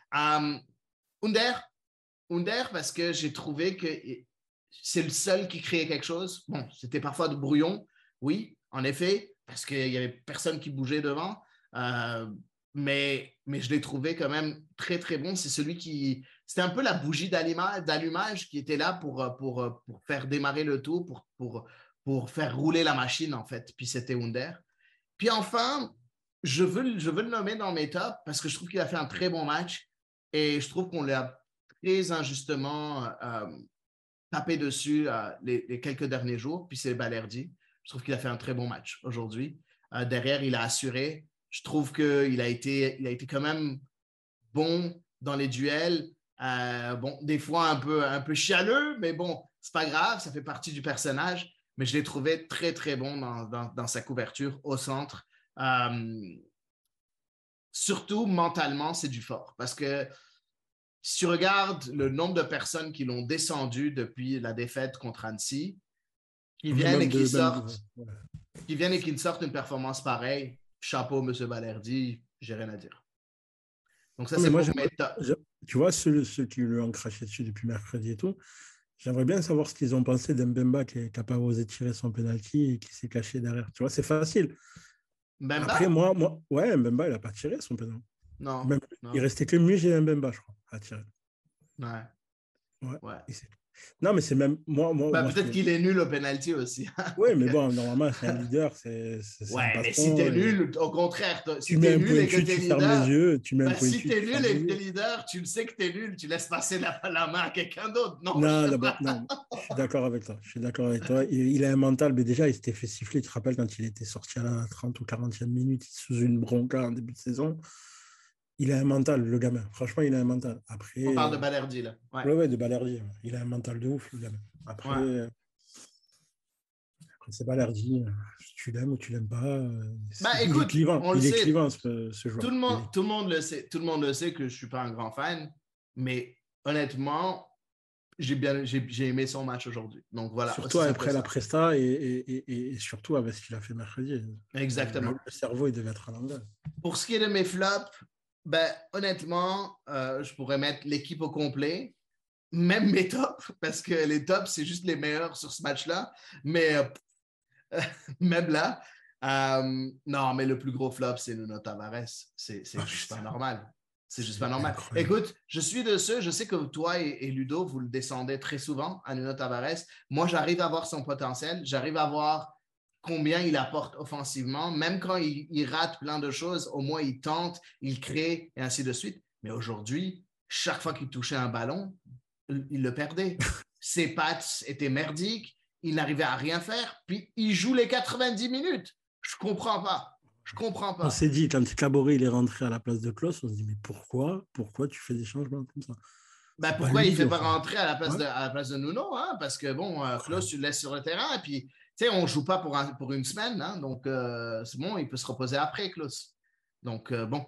Under, parce que j'ai trouvé que c'est le seul qui créait quelque chose. Bon, c'était parfois de brouillon, oui, en effet, parce qu'il n'y avait personne qui bougeait devant. Mais je l'ai trouvé quand même très, très bon. C'est celui qui... C'était un peu la bougie d'allumage qui était là pour faire démarrer le tout, pour faire rouler la machine, en fait. Puis c'était Under. Puis enfin, je veux le nommer dans mes tops parce que je trouve qu'il a fait un très bon match et je trouve qu'on l'a très injustement tapé dessus les quelques derniers jours. Puis c'est Balerdi. Je trouve qu'il a fait un très bon match aujourd'hui. Derrière, il a assuré. Je trouve qu'il a été quand même bon dans les duels. Des fois un peu chialeux, mais bon, c'est pas grave, ça fait partie du personnage. Mais je l'ai trouvé très, très bon dans sa couverture au centre. Surtout mentalement, c'est du fort. Parce que si tu regardes le nombre de personnes qui l'ont descendu depuis la défaite contre Annecy, qui viennent et qui sortent une performance pareille, chapeau, M. Balerdi, j'ai rien à dire. Donc ça, c'est pour mes tops. Tu vois, ceux qui lui ont craché dessus depuis mercredi et tout, J'aimerais bien savoir ce qu'ils ont pensé d'Mbemba qui n'a pas osé tirer son penalty et qui s'est caché derrière. Tu vois, c'est facile. Mbemba? Après, ouais, Mbemba, il n'a pas tiré son penalty. Non, Même, non. il restait que Muge et Mbemba, je crois, à tirer. Ouais. Ouais. Non, mais c'est même. Moi, peut-être qu'il est nul au penalty aussi. Oui, mais bon, normalement, c'est un leader, c'est ouais, un patron. Mais si t'es nul, au contraire, si tu mets un pointu, tu fermes les yeux, tu mets un pointu. Si t'es nul et que t'es leader, tu le sais que t'es nul, tu laisses passer la main à quelqu'un d'autre. Non, d'abord, non, je suis d'accord avec toi. Il a un mental, mais déjà, il s'était fait siffler. Tu te rappelles quand il était sorti à la 30 ou 40e minute sous une bronca en début de saison. Il a un mental, le gamin. Franchement, il a un mental. Après, on parle de Balerdi, là. Ouais, de Balerdi. Il a un mental de ouf, le gamin. Après, c'est Balerdi. Tu l'aimes ou tu l'aimes pas. Écoute, il est clivant, ce joueur. Tout le monde le sait. Tout le monde le sait que je suis pas un grand fan. Mais honnêtement, j'ai aimé son match aujourd'hui. Donc voilà. Surtout après la presta et surtout avec ce qu'il a fait mercredi. Exactement. Le cerveau, il devait être à l'envers. Pour ce qui est de mes flops, honnêtement, je pourrais mettre l'équipe au complet, même mes tops, parce que les tops, c'est juste les meilleurs sur ce match-là. Mais même là, non, mais le plus gros flop, c'est Nuno Tavares. C'est juste pas normal. C'est juste pas normal. Incroyable. Écoute, je suis de ceux, je sais que toi et Ludo, vous le descendez très souvent à Nuno Tavares. Moi, j'arrive à voir son potentiel. J'arrive à voir combien il apporte offensivement. Même quand il rate plein de choses, au moins il tente, il crée et ainsi de suite. Mais aujourd'hui, chaque fois qu'il touchait un ballon, il le perdait. Ses pattes étaient merdiques. Il n'arrivait à rien faire. Puis il joue les 90 minutes. Je comprends pas. On s'est dit, quand Caboret il est rentré à la place de Klose, on se dit, mais pourquoi tu fais des changements comme ça? Pourquoi il ne fait pas rentrer à la place de Nuno, hein? Parce que bon, Klose, tu le laisses sur le terrain et puis, tu sais, on ne joue pas pour une semaine, hein? Donc c'est bon, il peut se reposer après, Klose. Donc bon.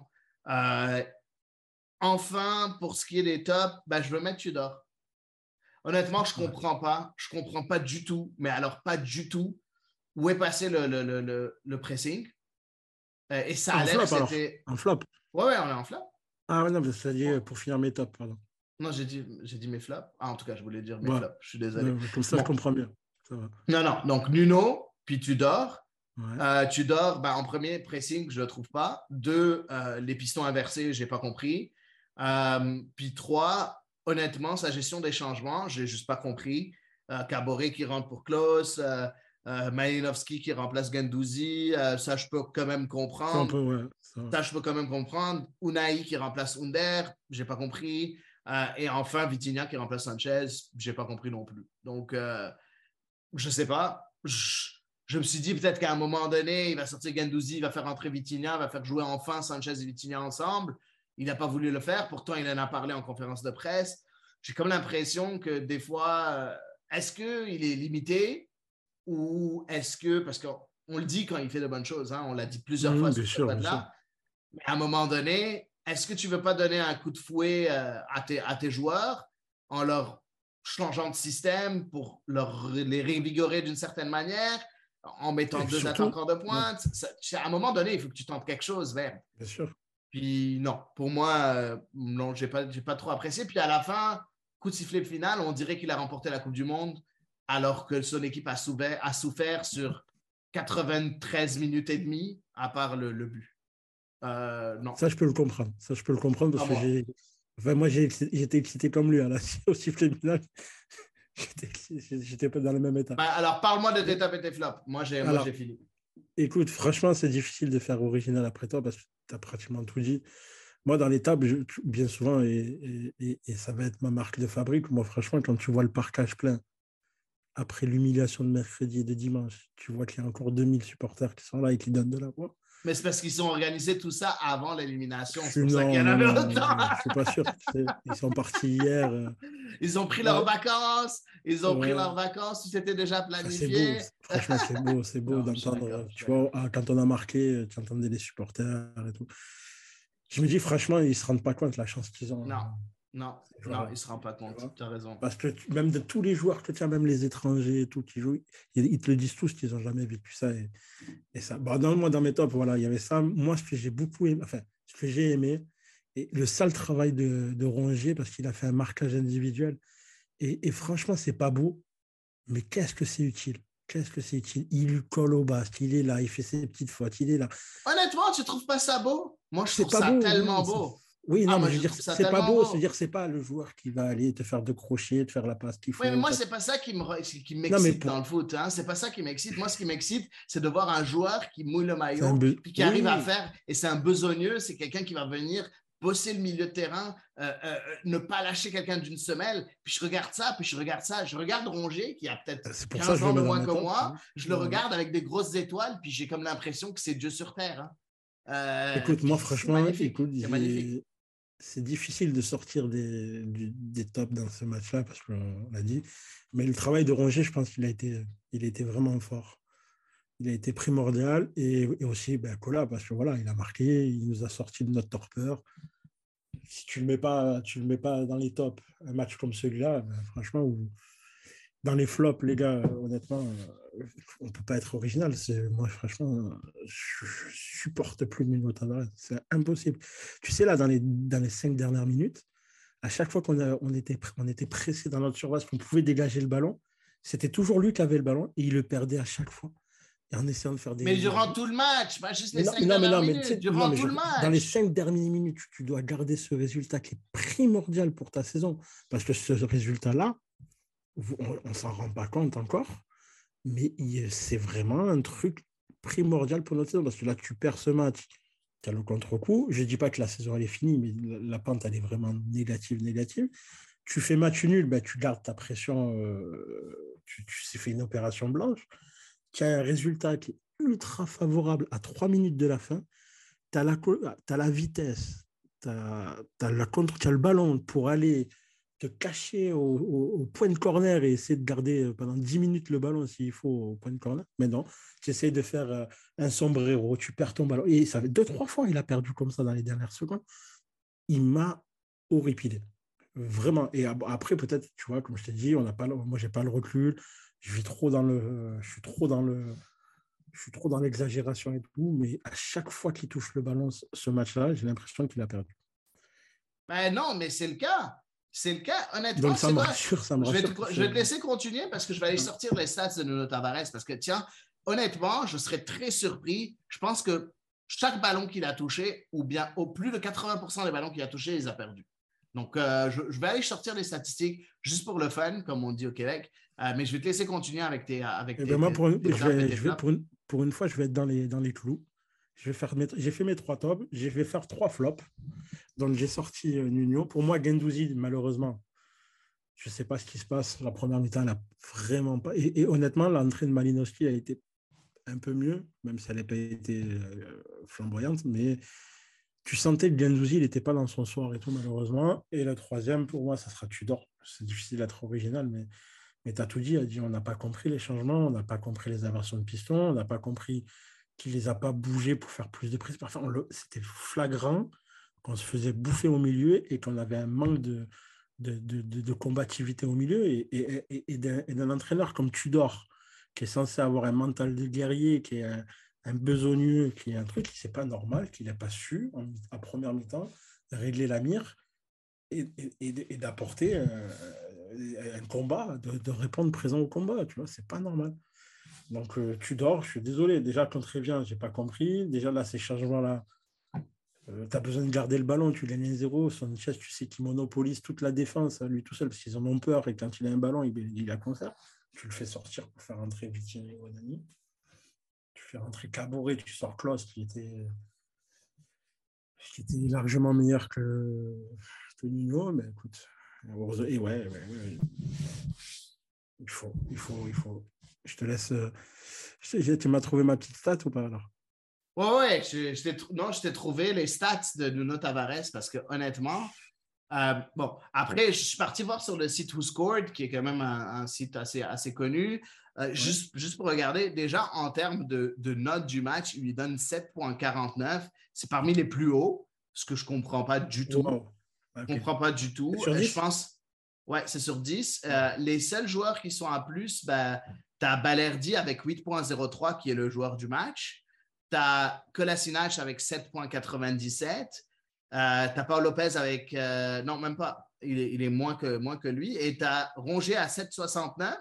Enfin, pour ce qui est des tops, je veux mettre Tudor. Honnêtement, je comprends pas du tout, mais alors pas du tout, où est passé le pressing. Et ça a l'air que c'était... Un flop. Ouais, on est en flop. Ah ouais, non, c'est-à-dire pour finir mes tops, pardon. Non, j'ai dit mes flops. Ah, en tout cas, je voulais dire mes flops. Je suis désolé. Comme ça, je comprends bien. Ça va. Non. Donc, Nuno, puis Tudor. Ouais. Tudor, en premier, pressing, je ne le trouve pas. 2, les pistons inversés, je n'ai pas compris. Puis 3, honnêtement, sa gestion des changements, je n'ai juste pas compris. Caboret qui rentre pour Klose, Malinowski qui remplace Guendouzi, ça je peux quand même comprendre. Ça je peux quand même comprendre. Unai qui remplace Under, j'ai pas compris. Et enfin Vitinha qui remplace Sanchez, j'ai pas compris non plus. Donc je sais pas. Je me suis dit peut-être qu'à un moment donné, il va sortir Guendouzi, il va faire rentrer Vitinha, il va faire jouer enfin Sanchez et Vitinha ensemble. Il n'a pas voulu le faire, pourtant il en a parlé en conférence de presse. J'ai comme l'impression que des fois, est-ce qu'il est limité? Ou est-ce que, parce qu'on le dit quand il fait de bonnes choses, hein, on l'a dit plusieurs fois sur ce pod-là, mais à un moment donné, est-ce que tu ne veux pas donner un coup de fouet à tes joueurs en leur changeant de système pour les révigorer d'une certaine manière, en mettant 2 attaquants de pointe? À un moment donné, il faut que tu tentes quelque chose vers. Bien sûr. Puis non, pour moi, non, j'ai pas trop apprécié. Puis à la fin, coup de sifflet final, on dirait qu'il a remporté la Coupe du Monde, alors que son équipe a souffert sur 93 minutes et demie, à part le but. Non. Ça, je peux le comprendre. Parce que moi, j'étais excité comme lui. Là, au sifflet final, j'étais pas dans le même état. Alors, parle-moi de tes tops et tes flops. Moi, j'ai fini. Écoute, franchement, c'est difficile de faire original après toi parce que tu as pratiquement tout dit. Moi, dans les tables, bien souvent, et ça va être ma marque de fabrique, moi, franchement, quand tu vois le parcage plein, après l'humiliation de mercredi et de dimanche, tu vois qu'il y a encore 2000 supporters qui sont là et qui donnent de la voix. Mais c'est parce qu'ils ont organisé tout ça avant l'élimination. C'est pour ça qu'il y en avait autant. Je ne suis pas sûr. Ils sont partis hier. Ils ont pris leurs vacances. Ils ont pris leurs vacances. C'était déjà planifié. C'est beau. Franchement, c'est beau d'entendre. Tu vois, quand on a marqué, tu entendais les supporters et tout. Je me dis, franchement, ils ne se rendent pas compte de la chance qu'ils ont. Non, ils ne se rendent pas compte. Tu as raison. Parce que même de tous les joueurs, même les étrangers et tout, qui jouent, ils te le disent tous qu'ils n'ont jamais vécu ça. Et ça. Moi, dans mes tops, voilà, il y avait ça. Moi, ce que j'ai beaucoup aimé, ce que j'ai aimé, et le sale travail de Rongier, parce qu'il a fait un marquage individuel. Et franchement, c'est pas beau, mais qu'est-ce que c'est utile? Qu'est-ce que c'est utile? Il lui colle au basque, il est là, il fait ses petites fautes, il est là. Honnêtement, tu trouves pas ça beau? Moi, je C'est trouve pas ça beau, tellement oui. beau. Oui, non, mais Moi, je veux je dire, trouve ça c'est pas tellement beau. beau. C'est-à-dire, c'est pas le joueur qui va aller te faire de crochet, te faire la passe qu'il Oui, mais faut. moi, c'est pas ça qui Non, mais m'excite dans le foot. Hein. C'est pas ça qui m'excite. Moi, ce qui m'excite, c'est de voir un joueur qui mouille le c'est un maillot, puis qui arrive à Oui, faire, et c'est un besogneux, c'est quelqu'un qui va venir bosser le milieu de terrain, ne pas lâcher quelqu'un d'une semelle. Puis je regarde ça, puis je regarde ça. Je regarde Rongier, qui a peut-être c'est pour ça que 15 je le ans de mets dans moins mes que tops. moi. Je le Ouais. regarde avec des grosses étoiles, puis j'ai comme l'impression que c'est Dieu sur terre. Hein. Écoute, moi, Puis c'est franchement, magnifique. C'est magnifique. c'est difficile de sortir des tops dans ce match-là, parce qu'on l'a dit. Mais le travail de Rongier, je pense il a été vraiment fort. Il a été primordial. Et aussi, Kola, parce que voilà, il a marqué, il nous a sorti de notre torpeur. Si tu le mets pas dans les tops, un match comme celui-là, franchement, dans les flops, les gars, honnêtement, on ne peut pas être original. Moi, franchement, je supporte plus Nuno Tavares. C'est impossible. Tu sais, là, dans les 5 dernières minutes, à chaque fois on était pressé dans notre surface, qu'on pouvait dégager le ballon, c'était toujours lui qui avait le ballon et il le perdait à chaque fois. Et en essayant de faire des. Mais durant tout le match, pas juste les 5 mais dernières minutes. Durant tout le match. Dans les 5 dernières minutes, tu dois garder ce résultat qui est primordial pour ta saison. Parce que ce résultat-là, on ne s'en rend pas compte encore, mais c'est vraiment un truc primordial pour notre saison. Parce que là, tu perds ce match, tu as le contre-coup. Je ne dis pas que la saison elle est finie, mais la pente, elle est vraiment négative. Tu fais match nul, tu gardes ta pression, tu fait une opération blanche. Tu as un résultat qui est ultra favorable à 3 minutes de la fin. Tu as la vitesse, tu as le ballon pour aller te cacher au point de corner et essayer de garder pendant 10 minutes le ballon s'il faut au point de corner. Mais non, tu essaies de faire un sombrero, tu perds ton ballon. Et ça fait 2-3 fois il a perdu comme ça dans les dernières secondes. Il m'a horripilé. Vraiment. Et après, peut-être, tu vois, comme je t'ai dit, moi, j'ai pas le recul. Je suis trop dans l'exagération et tout, mais à chaque fois qu'il touche le ballon, ce match-là, j'ai l'impression qu'il a perdu. Non, mais c'est le cas. C'est le cas, honnêtement. Donc ça me rassure. Je vais te laisser continuer parce que je vais aller sortir les stats de Nuno Tavares parce que, tiens, honnêtement, je serais très surpris. Je pense que chaque ballon qu'il a touché, ou bien au plus de 80% des ballons qu'il a touchés, il les a perdus. Donc, je vais aller sortir les statistiques juste pour le fun, comme on dit au Québec. Mais je vais te laisser continuer avec tes moi, pour une fois, je vais être dans les clous. J'ai fait mes 3 tops. Je vais faire 3 flops. Donc, j'ai sorti Nuno. Pour moi, Guendouzi, malheureusement, je ne sais pas ce qui se passe. La première mi-temps, elle n'a vraiment pas... Et honnêtement, l'entrée de Malinowski a été un peu mieux, même si elle n'a pas été flamboyante. Mais tu sentais que Guendouzi, il n'était pas dans son soir et tout, malheureusement. Et le troisième, pour moi, ça sera Tudor. C'est difficile d'être original, mais tu as tout dit. On n'a pas compris les changements, on n'a pas compris les inversions de piston, on n'a pas compris qu'il ne les a pas bougés pour faire plus de prise. Enfin, c'était flagrant qu'on se faisait bouffer au milieu et qu'on avait un manque de combativité au milieu et d'un entraîneur comme Tudor, qui est censé avoir un mental de guerrier, qui est un besogneux, qui est un truc, c'est pas normal qu'il n'ait pas su, en première mi-temps, régler la mire et d'apporter un combat, de répondre présent au combat, tu vois, c'est pas normal. Donc, Tudor, je suis désolé, déjà contre Evian, j'ai pas compris. Déjà là, ces changements-là, tu as besoin de garder le ballon, tu gagnes 1-0. Sanchez, tu sais qu'il monopolise toute la défense, lui tout seul, parce qu'ils en ont peur, et quand il a un ballon, il la conserve. Tu le fais sortir pour faire rentrer Vitinha et Onani. Tu fais rentrer Caboret, tu sors Klose, qui était largement meilleur que Nuno, mais écoute, et ouais. Il faut. Je te laisse. Tu m'as trouvé ma petite stat ou pas alors? Ouais. Je t'ai trouvé les stats de Nuno Tavares parce que honnêtement, après, je suis parti voir sur le site WhoScored, qui est quand même un site assez connu. Juste pour regarder, déjà en termes de notes du match, il lui donne 7,49. C'est parmi les plus hauts, ce que je ne comprends pas du tout. Wow. Je ne comprends pas du tout. Sur 10? Je pense, ouais, c'est sur 10. Les seuls joueurs qui sont à plus, tu as Balerdi avec 8,03 qui est le joueur du match. Tu as Kolasinac avec 7,97. Tu as Paul Lopez avec... non, même pas. il est moins que lui. Et tu as rongé à 7,69.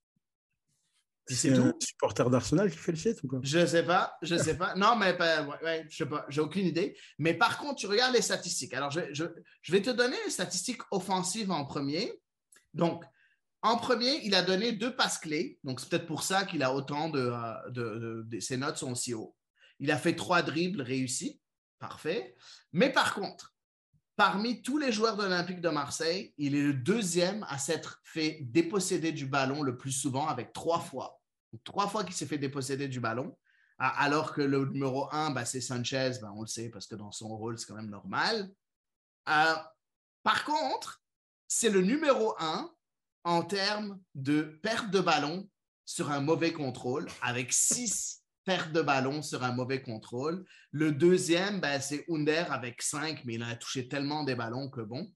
C'est un supporter d'Arsenal qui fait le shit ou quoi? Je sais pas. Non, mais ouais, je sais pas. J'ai aucune idée. Mais par contre, tu regardes les statistiques. Alors, je vais te donner les statistiques offensives en premier. Donc, en premier, il a donné 2 passes clés. Donc, c'est peut-être pour ça qu'il a autant ses notes sont aussi hauts. Il a fait 3 dribbles réussis. Parfait. Mais par contre, parmi tous les joueurs de l'Olympique de Marseille, il est le 2e à s'être fait déposséder du ballon le plus souvent avec 3 fois. Donc, 3 fois qu'il s'est fait déposséder du ballon, alors que le numéro 1, c'est Sanchez, on le sait parce que dans son rôle, c'est quand même normal. Par contre, c'est le numéro 1 en termes de perte de ballon sur un mauvais contrôle, avec 6 pertes de ballon sur un mauvais contrôle. Le 2e, c'est Under avec 5, mais il a touché tellement des ballons que bon.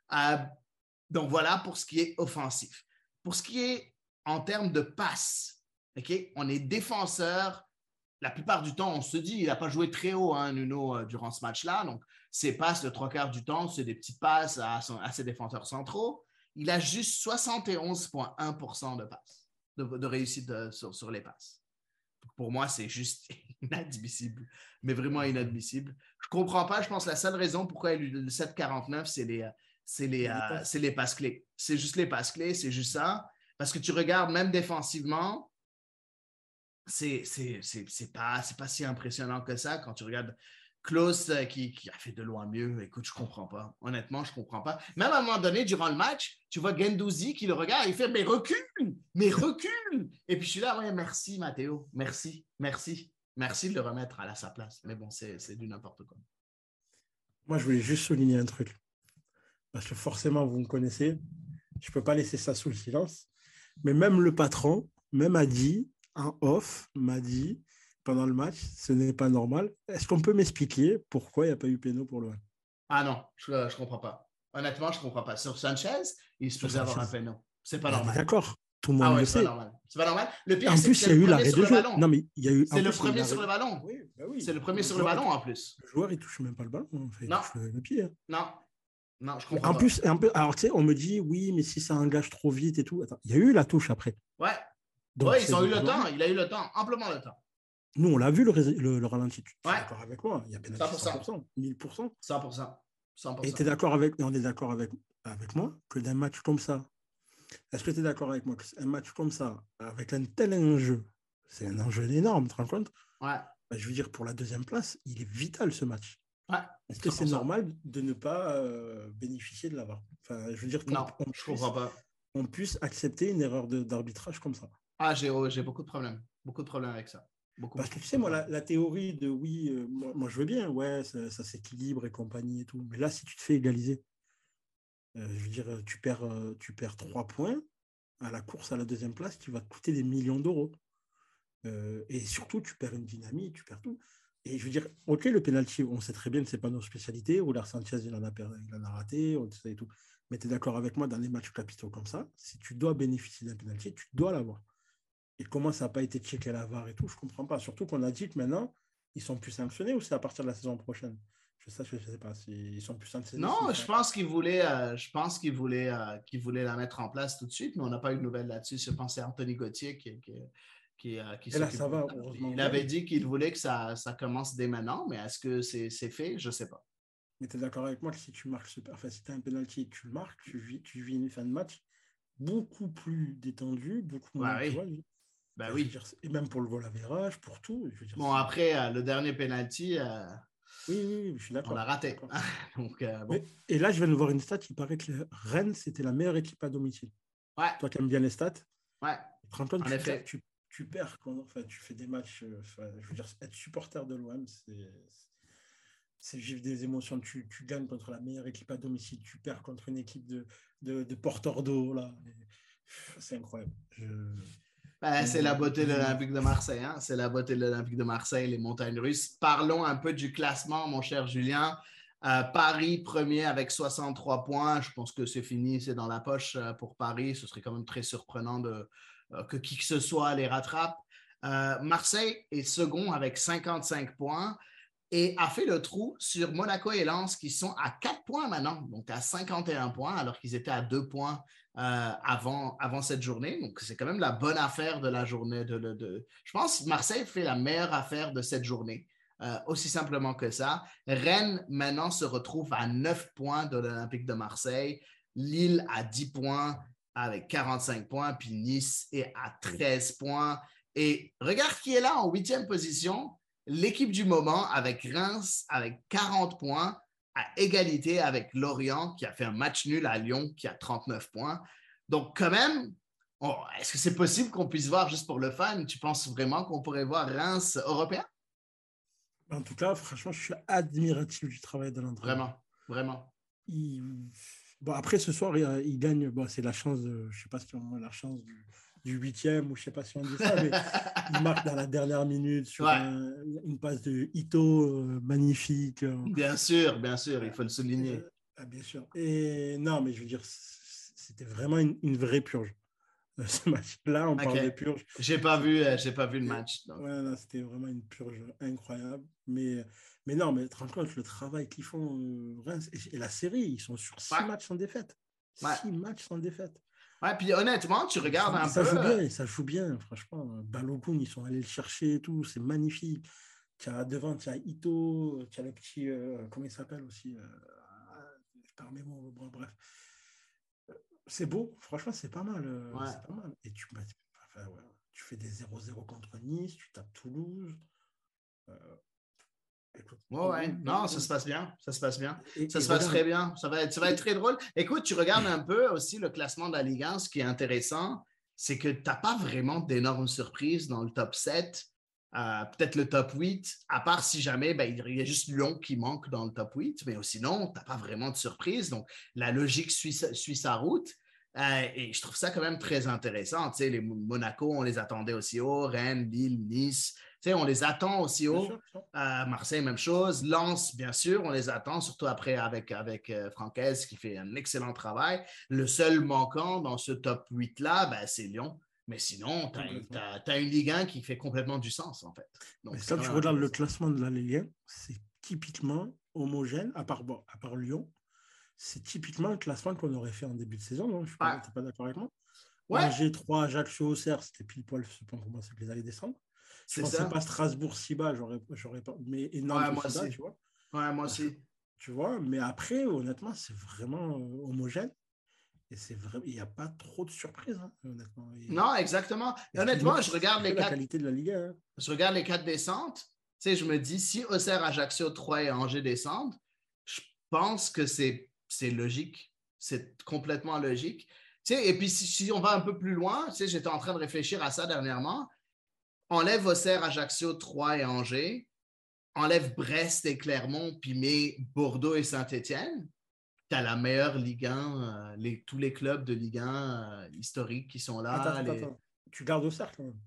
Donc voilà pour ce qui est offensif. Pour ce qui est en termes de passes, okay, on est défenseur. La plupart du temps, on se dit, il n'a pas joué très haut, Nuno, durant ce match-là. Donc, ses passes, le 3/4 du temps, c'est des petites passes à ses défenseurs centraux. Il a juste 71,1% de passes, de réussite sur les passes. Pour moi, c'est juste inadmissible, mais vraiment inadmissible. Je ne comprends pas. Je pense que la seule raison pourquoi il a eu le 7,49, c'est les passes clés. C'est juste les passes clés, c'est juste ça. Parce que tu regardes, même défensivement, c'est pas si impressionnant que ça quand tu regardes Klose qui a fait de loin mieux. Écoute, je comprends pas. Honnêtement, je comprends pas. Même à un moment donné, durant le match, tu vois Guendouzi qui le regarde, il fait « Mais recule! Mais recule! » Et puis je suis là, « Ouais, merci Matteo. Merci. Merci de le remettre à sa place. » Mais bon, c'est du n'importe quoi. Moi, je voulais juste souligner un truc. Parce que forcément, vous me connaissez. Je ne peux pas laisser ça sous le silence. Mais même le patron, même en off, m'a dit pendant le match, ce n'est pas normal. Est-ce qu'on peut m'expliquer pourquoi il n'y a pas eu péno pour l'OM? Ah non, je ne comprends pas. Honnêtement, je ne comprends pas. Sur Sanchez, il se faisait avoir un péno. C'est pas normal. D'accord, tout le monde le sait. C'est pas normal. Le pire, en plus, il y a eu l'arrêt de jeu. Non, mais il y a eu. C'est le premier sur le ballon. Oui. C'est le premier sur le ballon en plus. Le joueur, il touche même pas le ballon. En fait. Non. Il touche le pied. Non, je comprends pas. Plus, alors tu sais, on me dit oui, mais si ça engage trop vite et tout. Attends, il y a eu la touche après. Ouais. Donc, ils ont eu le temps. Il a eu le temps, amplement le temps. Nous, on l'a vu le ralenti. Tu es d'accord avec moi? Il y a pénalité 100%, 1000%. 100%. Et tu es d'accord avec moi que d'un match comme ça, est-ce que tu es d'accord avec moi qu'un match comme ça, avec un tel enjeu, c'est un enjeu énorme, tu te rends compte? Ouais. Je veux dire, pour la 2e place, il est vital ce match. Ouais. Est-ce que c'est normal de ne pas bénéficier de l'avoir? Enfin, je veux dire qu'on puisse accepter une erreur d'arbitrage comme ça. Ah, j'ai beaucoup de problèmes. Beaucoup de problèmes avec ça. Parce que tu sais, moi, la théorie de oui, moi je veux bien, ouais, ça s'équilibre et compagnie et tout. Mais là, si tu te fais égaliser, je veux dire, tu perds 3 points à la course à la 2e place qui va te coûter des millions d'euros. Et surtout, tu perds une dynamique, tu perds tout. Et je veux dire, ok, le penalty, on sait très bien que ce n'est pas nos spécialités. Olar Sanchez, il en a raté, on sait et tout. Mais tu es d'accord avec moi, dans les matchs capitaux comme ça, si tu dois bénéficier d'un penalty, tu dois l'avoir. Et comment ça n'a pas été checké à la VAR et tout, je ne comprends pas. Surtout qu'on a dit que maintenant, ils sont plus sanctionnés ou c'est à partir de la saison prochaine? Je ne sais pas. Ils sont plus sanctionnés. Non, je pense qu'ils voulaient la mettre en place tout de suite, mais on n'a pas eu de nouvelles là-dessus. Je pense que c'est Anthony Gauthier qui là, ça va, heureusement. Il avait dit qu'il voulait que ça commence dès maintenant, mais est-ce que c'est fait? Je ne sais pas. Mais tu es d'accord avec moi que si tu marques si tu as un penalty et tu le marques, tu vis une fin de match beaucoup plus détendue, beaucoup moins. Oui. Tu vois, oui. Dire, et même pour le goal average, pour tout. Je veux dire, bon, après, le dernier penalty, oui, je suis d'accord. On l'a raté. Donc, bon. Et là, je viens de voir une stat. Il paraît que Rennes, c'était la meilleure équipe à domicile. Ouais. Toi qui aimes bien les stats. Ouais. En effet. Tu perds quand tu fais des matchs. Je veux dire, être supporter de l'OM, c'est vivre des émotions. Tu gagnes contre la meilleure équipe à domicile. Tu perds contre une équipe de porteurs d'eau. Là. C'est incroyable. C'est la beauté de l'Olympique de Marseille. Hein? C'est la beauté de l'Olympique de Marseille, les montagnes russes. Parlons un peu du classement, mon cher Julien. Paris, premier avec 63 points. Je pense que c'est fini, c'est dans la poche pour Paris. Ce serait quand même très surprenant que qui que ce soit les rattrape. Marseille est second avec 55 points. et a fait le trou sur Monaco et Lens qui sont à 4 points maintenant, donc à 51 points, alors qu'ils étaient à 2 points avant cette journée. Donc, c'est quand même la bonne affaire de la journée. Je pense que Marseille fait la meilleure affaire de cette journée. Aussi simplement que ça. Rennes, maintenant, se retrouve à 9 points de l'Olympique de Marseille. Lille à 10 points avec 45 points, puis Nice est à 13 points. Et regarde qui est là en 8e position, l'équipe du moment avec Reims avec 40 points, à égalité avec Lorient qui a fait un match nul à Lyon qui a 39 points. Donc quand même, est-ce que c'est possible qu'on puisse voir juste pour le fun? Tu penses vraiment qu'on pourrait voir Reims européen? En tout cas, franchement, je suis admiratif du travail de l'entraîneur. Vraiment. Bon, après, ce soir, il gagne. Bon, c'est la chance, je ne sais pas si on a la chance du 8e, ou je ne sais pas si on dit ça, mais il marque dans la dernière minute sur une passe de Ito magnifique. Bien sûr, il faut le souligner. Bien sûr. Et non, mais je veux dire, c'était vraiment une vraie purge. Ce match-là, on parle de purge. J'ai pas vu le match. Donc. Ouais, non, c'était vraiment une purge incroyable. Mais non, mais te rends compte, le travail qu'ils font, Reims, et la série, ils sont sur 6 matchs sans défaite. 6 matchs sans défaite. Ouais, puis honnêtement, tu regardes un peu. Ça joue bien, franchement. Balogun, ils sont allés le chercher et tout, c'est magnifique. Devant, tu as Ito, tu as le petit, comment il s'appelle aussi bref. C'est beau, franchement, c'est pas mal. C'est pas mal. Et tu fais des 0-0 contre Nice, tu tapes Toulouse. Écoute, non, ça se passe bien. Ça se passe très bien. Ça va être très drôle. Écoute, tu regardes un peu aussi le classement de la Ligue 1. Ce qui est intéressant, c'est que tu n'as pas vraiment d'énormes surprises dans le top 7. Peut-être le top 8, à part si jamais il y a juste Lyon qui manque dans le top 8, mais sinon, tu n'as pas vraiment de surprise. Donc, la logique suit sa route. Et je trouve ça quand même très intéressant. Tu sais, les Monaco, on les attendait aussi haut. Rennes, Lille, Nice, tu sais, on les attend aussi haut. Marseille, même chose. Lens, bien sûr, on les attend, surtout après avec Francaise qui fait un excellent travail. Le seul manquant dans ce top 8-là, c'est Lyon. Mais sinon, tu as une Ligue 1 qui fait complètement du sens, en fait. Donc, mais quand tu regardes le classement de la Ligue 1, c'est typiquement homogène, à part Lyon. C'est typiquement le classement qu'on aurait fait en début de saison, non? Tu n'es pas d'accord avec moi? Angers 3, Ajaccio, Auxerre, c'était pile poil ce point pour moi, c'est que les allaient descendre. Je ne pensais pas Strasbourg si bas, j'aurais pas. Mais énorme moi aussi. Tu vois? Ouais, moi aussi. Tu vois, mais après, honnêtement, c'est vraiment homogène. Et c'est vrai, il n'y a pas trop de surprises, hein, honnêtement. Non, exactement. Honnêtement, je regarde la qualité de la Ligue 1. Je regarde les 4 descentes. Tu sais, je me dis, si Auxerre, Ajaccio, 3 et Angers descendent, je pense que c'est logique. C'est complètement logique. Tu sais, et puis, si on va un peu plus loin, tu sais, j'étais en train de réfléchir à ça dernièrement. Enlève Auxerre, Ajaccio, 3 et Angers. Enlève Brest et Clermont, puis mets Bordeaux et Saint-Étienne. Tu as la meilleure Ligue 1, tous les clubs de Ligue 1 historiques qui sont là. Attends. Tu gardes Auxerre quand même?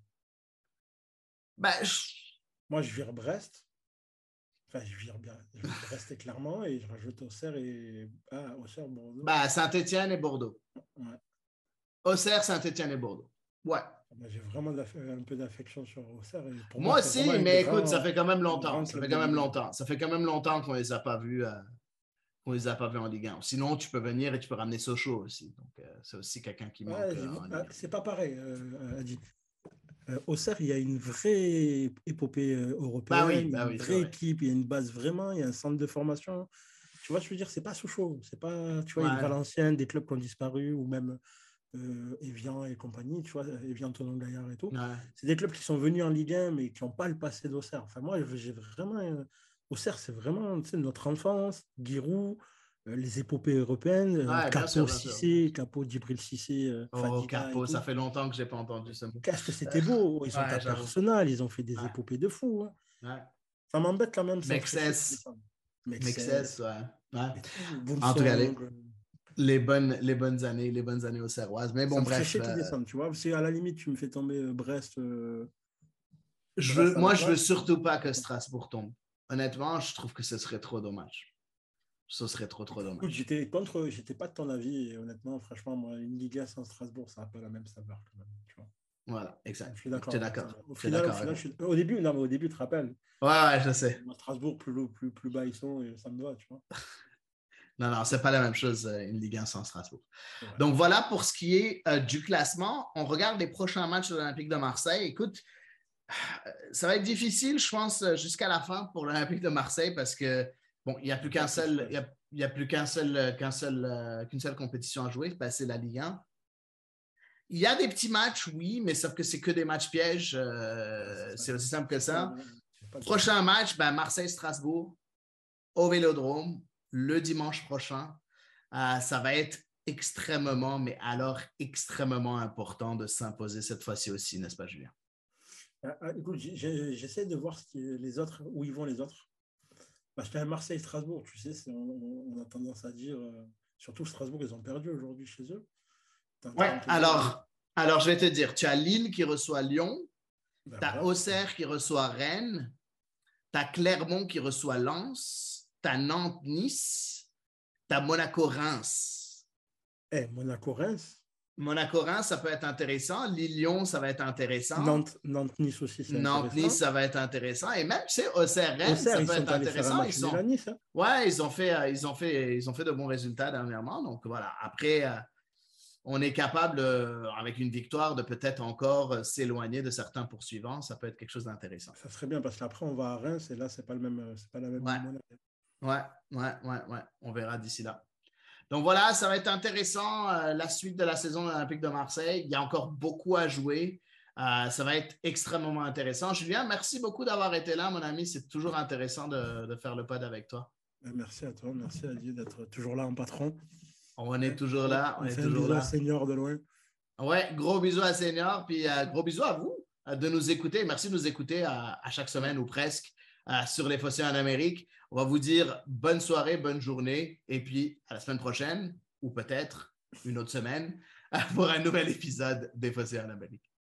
Moi, je vire Brest. Enfin, je vire Brest et Clermont et je rajoute Auxerre Bordeaux. Saint-Étienne et Bordeaux. Ouais. Auxerre, Saint-Étienne et Bordeaux. Ouais. J'ai vraiment un peu d'affection sur Auxerre. Moi aussi, mais écoute, ça fait quand même longtemps. Ça fait quand même longtemps qu'on ne les a pas vus. On ne les a pas vus en Ligue 1. Sinon, tu peux venir et tu peux ramener Sochaux aussi. Donc, c'est aussi quelqu'un qui manque. C'est pas pareil, Adi. Auxerre, il y a une vraie épopée européenne, une vraie équipe, il y a une base vraiment, il y a un centre de formation. Tu vois, je veux dire, c'est pas Sochaux. C'est pas, tu vois, une Valenciennes, des clubs qui ont disparu, ou même Evian et compagnie, tu vois, Evian, Tonon-Gaillard et tout. Ouais. C'est des clubs qui sont venus en Ligue 1, mais qui n'ont pas le passé d'Auxerre. Enfin, moi, j'ai vraiment... Auxerre, c'est vraiment notre enfance, Giroud, les épopées européennes, Capo Cissé, Capo Djibril Cissé, Capo, ça fait longtemps que je n'ai pas entendu ce mot. Qu'est-ce que c'était beau, ils ont tapé Arsenal, ils ont fait des épopées de fou. Hein. Ça m'embête quand même. Mexès, ouais. En tout cas, les bonnes années auxerroises. Mais bon, bref. Qui descendent, tu vois, parce qu'à la limite, tu me fais tomber Brest. Moi, je veux surtout pas que Strasbourg tombe. Honnêtement, je trouve que ce serait trop dommage. Ce serait trop dommage. J'étais pas de ton avis, et honnêtement, franchement, moi, une Ligue 1 sans Strasbourg, ça n'a pas la même saveur quand même. Tu vois. Voilà, exact. Je suis d'accord. Tu es d'accord. Au final, au début, tu te rappelles. Ouais, je sais. À Strasbourg, plus bas ils sont, et ça me va, tu vois. Non, c'est pas la même chose, une Ligue 1 sans Strasbourg. Ouais. Donc voilà pour ce qui est du classement. On regarde les prochains matchs de l'Olympique de Marseille. Écoute, ça va être difficile, je pense, jusqu'à la fin pour l'Olympique de Marseille parce que bon, il n'y a plus qu'une seule compétition à jouer, c'est la Ligue 1. Il y a des petits matchs, oui, mais sauf que c'est que des matchs pièges. C'est aussi simple que ça. Prochain match, Marseille-Strasbourg au Vélodrome le dimanche prochain. Ça va être extrêmement, mais alors extrêmement important de s'imposer cette fois-ci aussi, n'est-ce pas, Julien? Écoute, j'essaie de voir les autres, où ils vont les autres. Parce qu'à Marseille-Strasbourg, tu sais, on a tendance à dire, surtout Strasbourg, ils ont perdu aujourd'hui chez eux. Ouais, alors je vais te dire, tu as Lille qui reçoit Lyon, tu as Auxerre qui reçoit Rennes, tu as Clermont qui reçoit Lens, tu as Nantes-Nice, tu as Monaco-Reims. Monaco-Reims? Monaco-Reims, ça peut être intéressant. Lille-Lyon, ça va être intéressant. Nantes-Nice aussi, c'est Nantes-Nice, ça va être intéressant. Et même, tu sais, Auxerre-Rennes, ça peut être intéressant. Ouais, ils ont fait de bons résultats dernièrement. Donc, voilà. Après, on est capable, avec une victoire, de peut-être encore s'éloigner de certains poursuivants. Ça peut être quelque chose d'intéressant. Ça serait bien parce qu'après, on va à Reims et là, c'est pas la même Ouais. On verra d'ici là. Donc voilà, ça va être intéressant, la suite de la saison de l'Olympique de Marseille. Il y a encore beaucoup à jouer. Ça va être extrêmement intéressant. Julien, merci beaucoup d'avoir été là, mon ami. C'est toujours intéressant de faire le pod avec toi. Merci à toi. Merci à Dieu d'être toujours là en patron. On est toujours là. On fait un bisou à Senior de loin. Ouais, gros bisous à Senior. Puis gros bisous à vous de nous écouter. Merci de nous écouter à chaque semaine ou presque sur les Fossés en Amérique. On va vous dire bonne soirée, bonne journée. Et puis à la semaine prochaine, ou peut-être une autre semaine, pour un nouvel épisode des Fossés en Amérique.